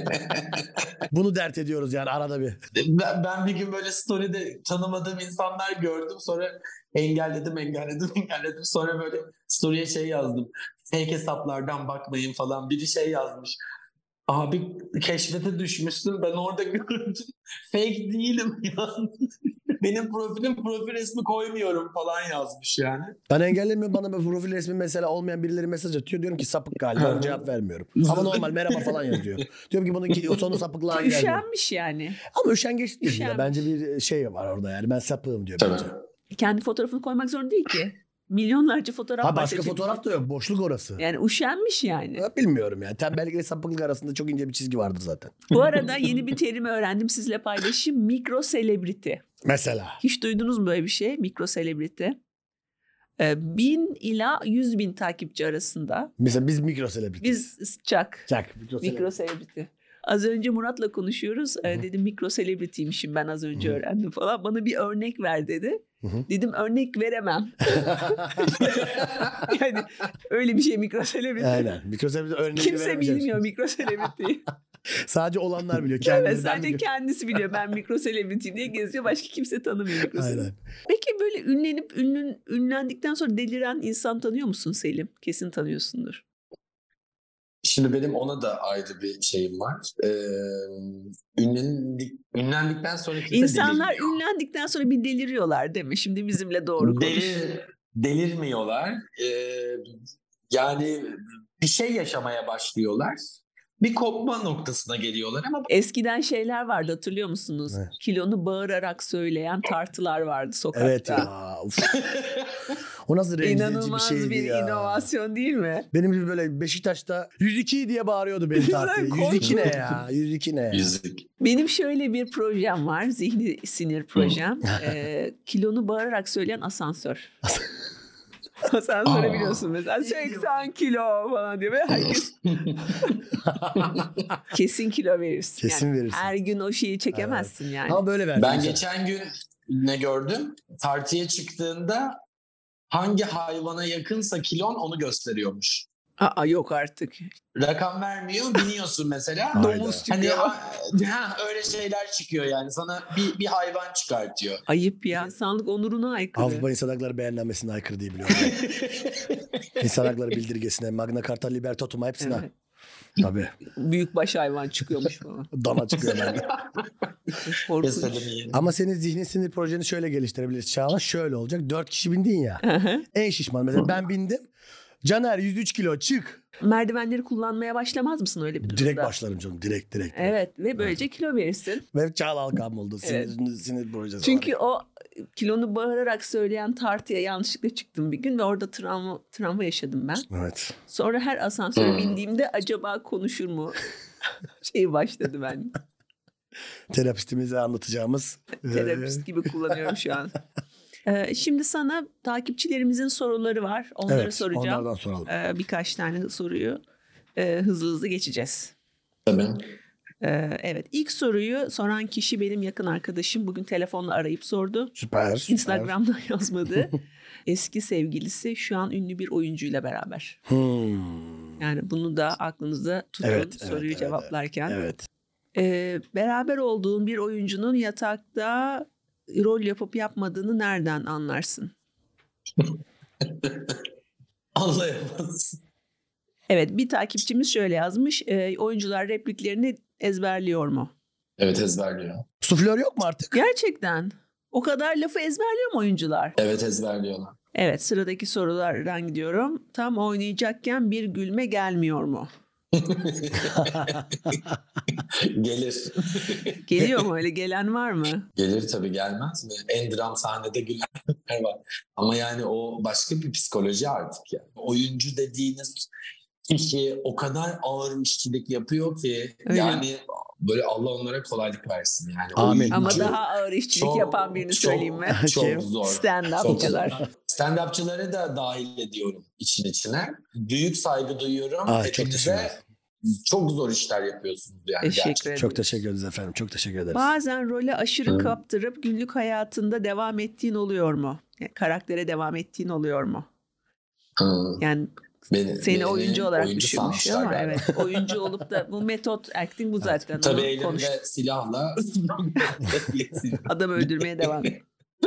Bunu dert ediyoruz yani arada bir. Ben, ben bir gün böyle story'de tanımadığım insanlar gördüm. Sonra engelledim, engelledim, engelledim. Sonra böyle story'e şey yazdım. Fake hesaplardan bakmayın falan. Biri şey yazmış. Abi keşfete düşmüşsün. Ben orada gördüm. Fake değilim ya. Benim profilim profil resmi koymuyorum falan yazmış yani. Ben engellemiyorum, bana bir profil resmi mesela olmayan birileri mesaj atıyor. Diyorum ki sapık galiba, ona cevap vermiyorum. Ama normal merhaba falan yazıyor. Diyorum ki bunun ki- o sonu sapıklığa gelmiyor. Üşenmiş yani. Ama üşengeç değil ya. Üşenmiş. Bence bir şey var orada yani. Ben sapığım diyor Tabii. bence. Kendi fotoğrafını koymak zorunda değil ki. Milyonlarca fotoğraf Ha var başka seçenek. fotoğraf da yok. Boşluk orası. Yani üşenmiş yani. Ya bilmiyorum yani. Tembellik ile sapıklık arasında çok ince bir çizgi vardır zaten. Bu arada yeni bir terim öğrendim, sizle paylaşayım. Mikro celebrity. Mesela. Hiç duydunuz mu böyle bir şey? Mikro celebrity. Ee, bin ila yüz bin takipçi arasında. Mesela biz mikro selebritiyiz. Biz çak. Çak. Mikro, Mikro celebrity. Az önce Murat'la konuşuyoruz. Ee, dedim mikro celebrity'ymişim ben, az önce Hı-hı. öğrendim falan. Bana bir örnek ver dedi. Hı-hı. Dedim örnek veremem. Yani öyle bir şey mikro celebrity. Aynen. Mikro celebrity örneğini Kimse veremeyeceğim. bilmiyor mikro celebrity'yi. Sadece olanlar biliyor. Kendileri Evet, ben sadece biliyorum. kendisi biliyor. Ben mikro celebrity diye geziyor. Başka kimse tanımıyor mikro Aynen. celebrity. Peki böyle ünlenip ünlün, ünlendikten sonra deliren insan tanıyor musun Selim? Kesin tanıyorsundur. Şimdi benim ona da ayrı bir şeyim var. Ee, ünlendik, ünlendikten sonra kimse İnsanlar delirmiyor. ünlendikten sonra bir deliriyorlar değil mi? Şimdi bizimle doğru konuş. Delir, delirmiyorlar. Ee, yani bir şey yaşamaya başlıyorlar. Bir kopma noktasına geliyorlar ama Eskiden şeyler vardı, hatırlıyor musunuz? Evet. Kilonu bağırarak söyleyen tartılar vardı sokakta. Evet ya. Uf. O nasıl rencide bir İnanılmaz şeydi bir ya. inovasyon değil mi? Benim gibi böyle Beşiktaş'ta yüz iki diye bağırıyordu benim tartı. yüz iki ne ya? yüz iki ne ya? yüzük. Benim şöyle bir projem var. Zihni sinir projem. ee, kilonu bağırarak söyleyen asansör. Sen sorabiliyorsun mesela seksen kilo falan diye. Ve herkes kesin kilo verirsin. Kesin yani verirsin. Her gün o şeyi çekemezsin yani. Ama böyle verdim. Ben mesela. geçen gün ne gördüm? Tartıya çıktığında hangi hayvana yakınsa kilon onu gösteriyormuş. Aa, yok artık. Rakam vermiyor, biniyorsun mesela. Hayda. Domuz Hani çıkıyor. ha, ha, öyle şeyler çıkıyor yani. Sana bir, bir hayvan çıkartıyor. Ayıp ya. İnsanlık onuruna aykırı. Avrupa İnsan Hakları Beyannamesi'ne aykırı diye biliyorum. İnsan Hakları Bildirgesi'ne, Magna Carta Libertatum'a hepsine. Evet. Tabii. Büyükbaş hayvan çıkıyormuş falan. Dana çıkıyor bende. Korkunç. Keselim yeni. Ama senin zihni sinir projeni şöyle geliştirebiliriz. Çağla şöyle olacak. Dört kişi bindin ya. En şişman. Mesela ben bindim. Caner yüz üç kilo çık. Merdivenleri kullanmaya başlamaz mısın öyle bir durumda? Direkt başlarım canım. Direkt direkt. direkt. Evet ve böylece kilo verirsin. Ve Çağla Alkan oldu. Sinir, Evet. sinir projesi. Çünkü o kilonu bağırarak söyleyen tartıya yanlışlıkla çıktım bir gün ve orada travma, travma yaşadım ben. Evet. Sonra her asansöre Hmm. bindiğimde acaba konuşur mu şeyi başladı ben. Terapistimize anlatacağımız. Terapist gibi kullanıyorum şu an. Ee, şimdi sana takipçilerimizin soruları var. Onları Evet, soracağım. onlardan soralım. Ee, birkaç tane soruyu e, hızlı hızlı geçeceğiz. Tabii. Ee, evet, ilk soruyu soran kişi benim yakın arkadaşım. Bugün telefonla arayıp sordu. Süper. süper. Instagram'dan yazmadı. Eski sevgilisi şu an ünlü bir oyuncuyla beraber. Hmm. Yani bunu da aklınızda tutun Evet, evet, soruyu evet, cevaplarken. Evet. Ee, beraber olduğun bir oyuncunun yatakta rol yapıp yapmadığını nereden anlarsın? Anlayamazsın. Evet, bir takipçimiz şöyle yazmış. E, oyuncular repliklerini ezberliyor mu? Evet, ezberliyor. Suflör yok mu artık? Gerçekten. O kadar lafı ezberliyor mu oyuncular? Evet, ezberliyorlar. Evet, sıradaki sorulardan gidiyorum. Tam oynayacakken bir gülme gelmiyor mu? Gelir. Geliyor mu, öyle gelen var mı? Gelir tabii, gelmez mi? En dram sahnede gülenler var. Ama yani o başka bir psikoloji artık yani. Oyuncu dediğiniz kişi o kadar ağır işçilik yapıyor ki Öyle. yani böyle Allah onlara kolaylık versin yani. Amin. Oyuncu Ama daha ağır işçilik çok- yapan birini çok- söyleyeyim mi? Çok Kim? zor. Stand-upçılar. Çok zor. Stand-upçıları da dahil ediyorum için içine. Büyük saygı duyuyorum. Ay, çok Hepinize teşekkür ederim. çok zor işler yapıyorsunuz yani. Teşekkür gerçekten. ederim. Çok teşekkür ederiz efendim. Çok teşekkür ederiz. Bazen role aşırı Hı. kaptırıp günlük hayatında devam ettiğin oluyor mu? Yani karaktere devam ettiğin oluyor mu? Hı. Yani Beni, seni beni oyuncu olarak oyuncu düşünmüş sanmışlar ama galiba. evet, oyuncu olup da bu metot acting bu zaten. Tabii Onu elimde konuştuk. silahla. Adam öldürmeye devam ediyor.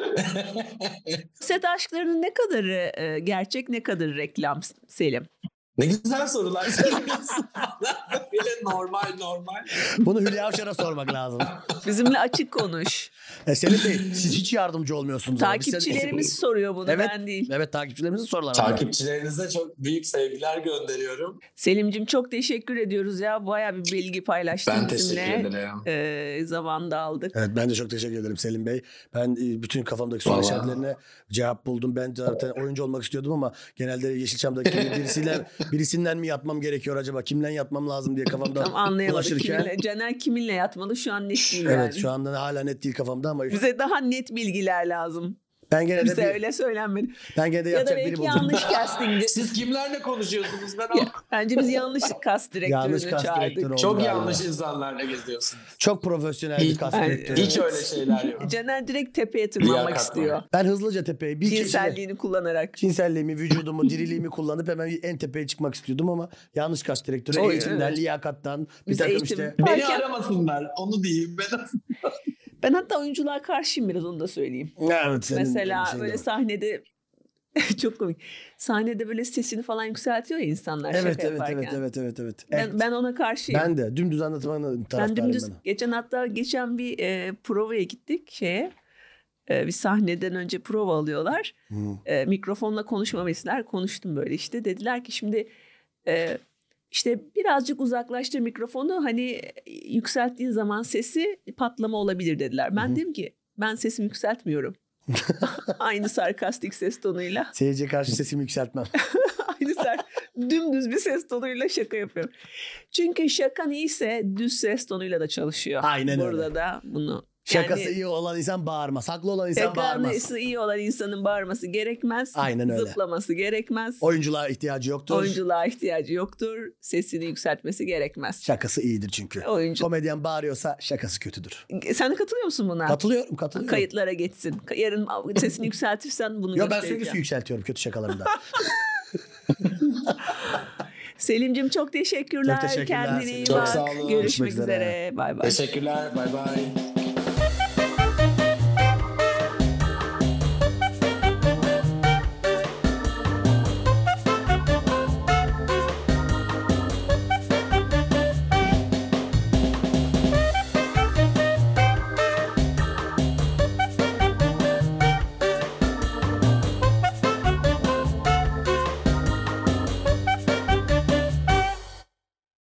Set aşklarının ne kadarı e, gerçek, ne kadarı reklam Selim? Ne güzel sorular soruyorsun. Böyle normal normal. Bunu Hülya Avşar'a sormak lazım. Bizimle açık konuş. E, Selim Bey siz hiç yardımcı olmuyorsunuz. ama. Biz sen- Takipçilerimiz soruyor bunu, Evet. ben değil. Evet takipçilerimizin soruları var. Takipçilerinize çok büyük sevgiler gönderiyorum. Selim'cim çok teşekkür ediyoruz ya. Bayağı bir bilgi paylaştın Ben bizimle. teşekkür ederim. Ee, zamanında aldık. Evet ben de çok teşekkür ederim Selim Bey. Ben e, bütün kafamdaki soru Vallahi. işaretlerine cevap buldum. Ben zaten oyuncu olmak istiyordum ama genelde Yeşilçam'daki birisiyle birisinden mi yatmam gerekiyor acaba? Kimden yatmam lazım diye kafamda Tam anlayamadık. dolaşırken. Kiminle, Caner kiminle yatmalı şu an net değil Evet yani. şu anda hala net değil kafamda ama Bize daha net bilgiler lazım. ben gene de Bize bir, öyle söylenmedi. ben gene de Ya da yapacak biri belki buldum. yanlış castingci. Siz kimlerle konuşuyorsunuz? Ben Ya, bence biz yanlış cast Yanlış direktörünü cast çağırdık. direktörü oldu çok galiba. yanlış insanlarla geziyorsunuz. Çok profesyonel bir Hiç- kas Yani- direktörü. Hiç öyle şeyler yok. Caner direkt tepeye tırmanmak Liyakat istiyor. var. Ben hızlıca tepeye bir kişiyle Cinselliğini kullanarak. cinselliğimi, vücudumu, diriliğimi kullanıp hemen en tepeye çıkmak istiyordum ama yanlış kas direktörü. Oy, Eğitimden, evet. liyakattan bir Biz takım eğitim- işte. Beni Belki- aramasınlar. Onu diyeyim. Ben Ben hatta oyunculuğa karşıyım biraz, onu da söyleyeyim. Evet, senin Mesela bir şeyin böyle var. sahnede çok komik. Sahnede böyle sesini falan yükseltiyor ya insanlar Evet şaka evet yaparken. evet evet evet evet. Ben, Evet. ben ona karşıyım. Ben de dümdüz anlatmanın Ben taraftarıyım dümdüz ben. geçen hatta geçen bir e, provaya gittik şeye. E, bir sahneden önce prova alıyorlar. Hı. E, mikrofonla konuşmamı istediler. Konuştum böyle işte. Dediler ki şimdi e, işte birazcık uzaklaştır mikrofonu. Hani yükselttiğin zaman sesi patlama olabilir dediler. Ben Hı hı. dedim ki ben sesimi yükseltmiyorum. Aynı sarkastik ses tonuyla. Seyirciye karşı sesimi yükseltmem. Aynı ser, dümdüz bir ses tonuyla şaka yapıyorum. Çünkü şakan iyiyse düz ses tonuyla da çalışıyor. Aynen Burada öyle. da bunu Şakası Yani- iyi olan insan bağırmaz. Haklı olan insan bağırmaz. Şakası iyi olan insanın bağırması gerekmez. Aynen öyle. Zıplaması gerekmez. Oyunculuğa ihtiyacı yoktur. Oyunculuğa ihtiyacı yoktur. Sesini yükseltmesi gerekmez. Şakası iyidir çünkü. Oyuncu. Komedyen bağırıyorsa şakası kötüdür. Sen de katılıyor musun buna? Katılıyorum, katılıyorum. Kayıtlara geçsin. Yarın sesini yükseltirsen bunu Yo ben göstereceğim. sürekli yükseltiyorum kötü şakalarımda. Selim'cim çok teşekkürler. Çok teşekkürler Kendine iyi Selim. Çok bak. sağ olun. Görüşmek Görüşmek üzere. üzere. Bay bay. Teşekkürler. Bay bay.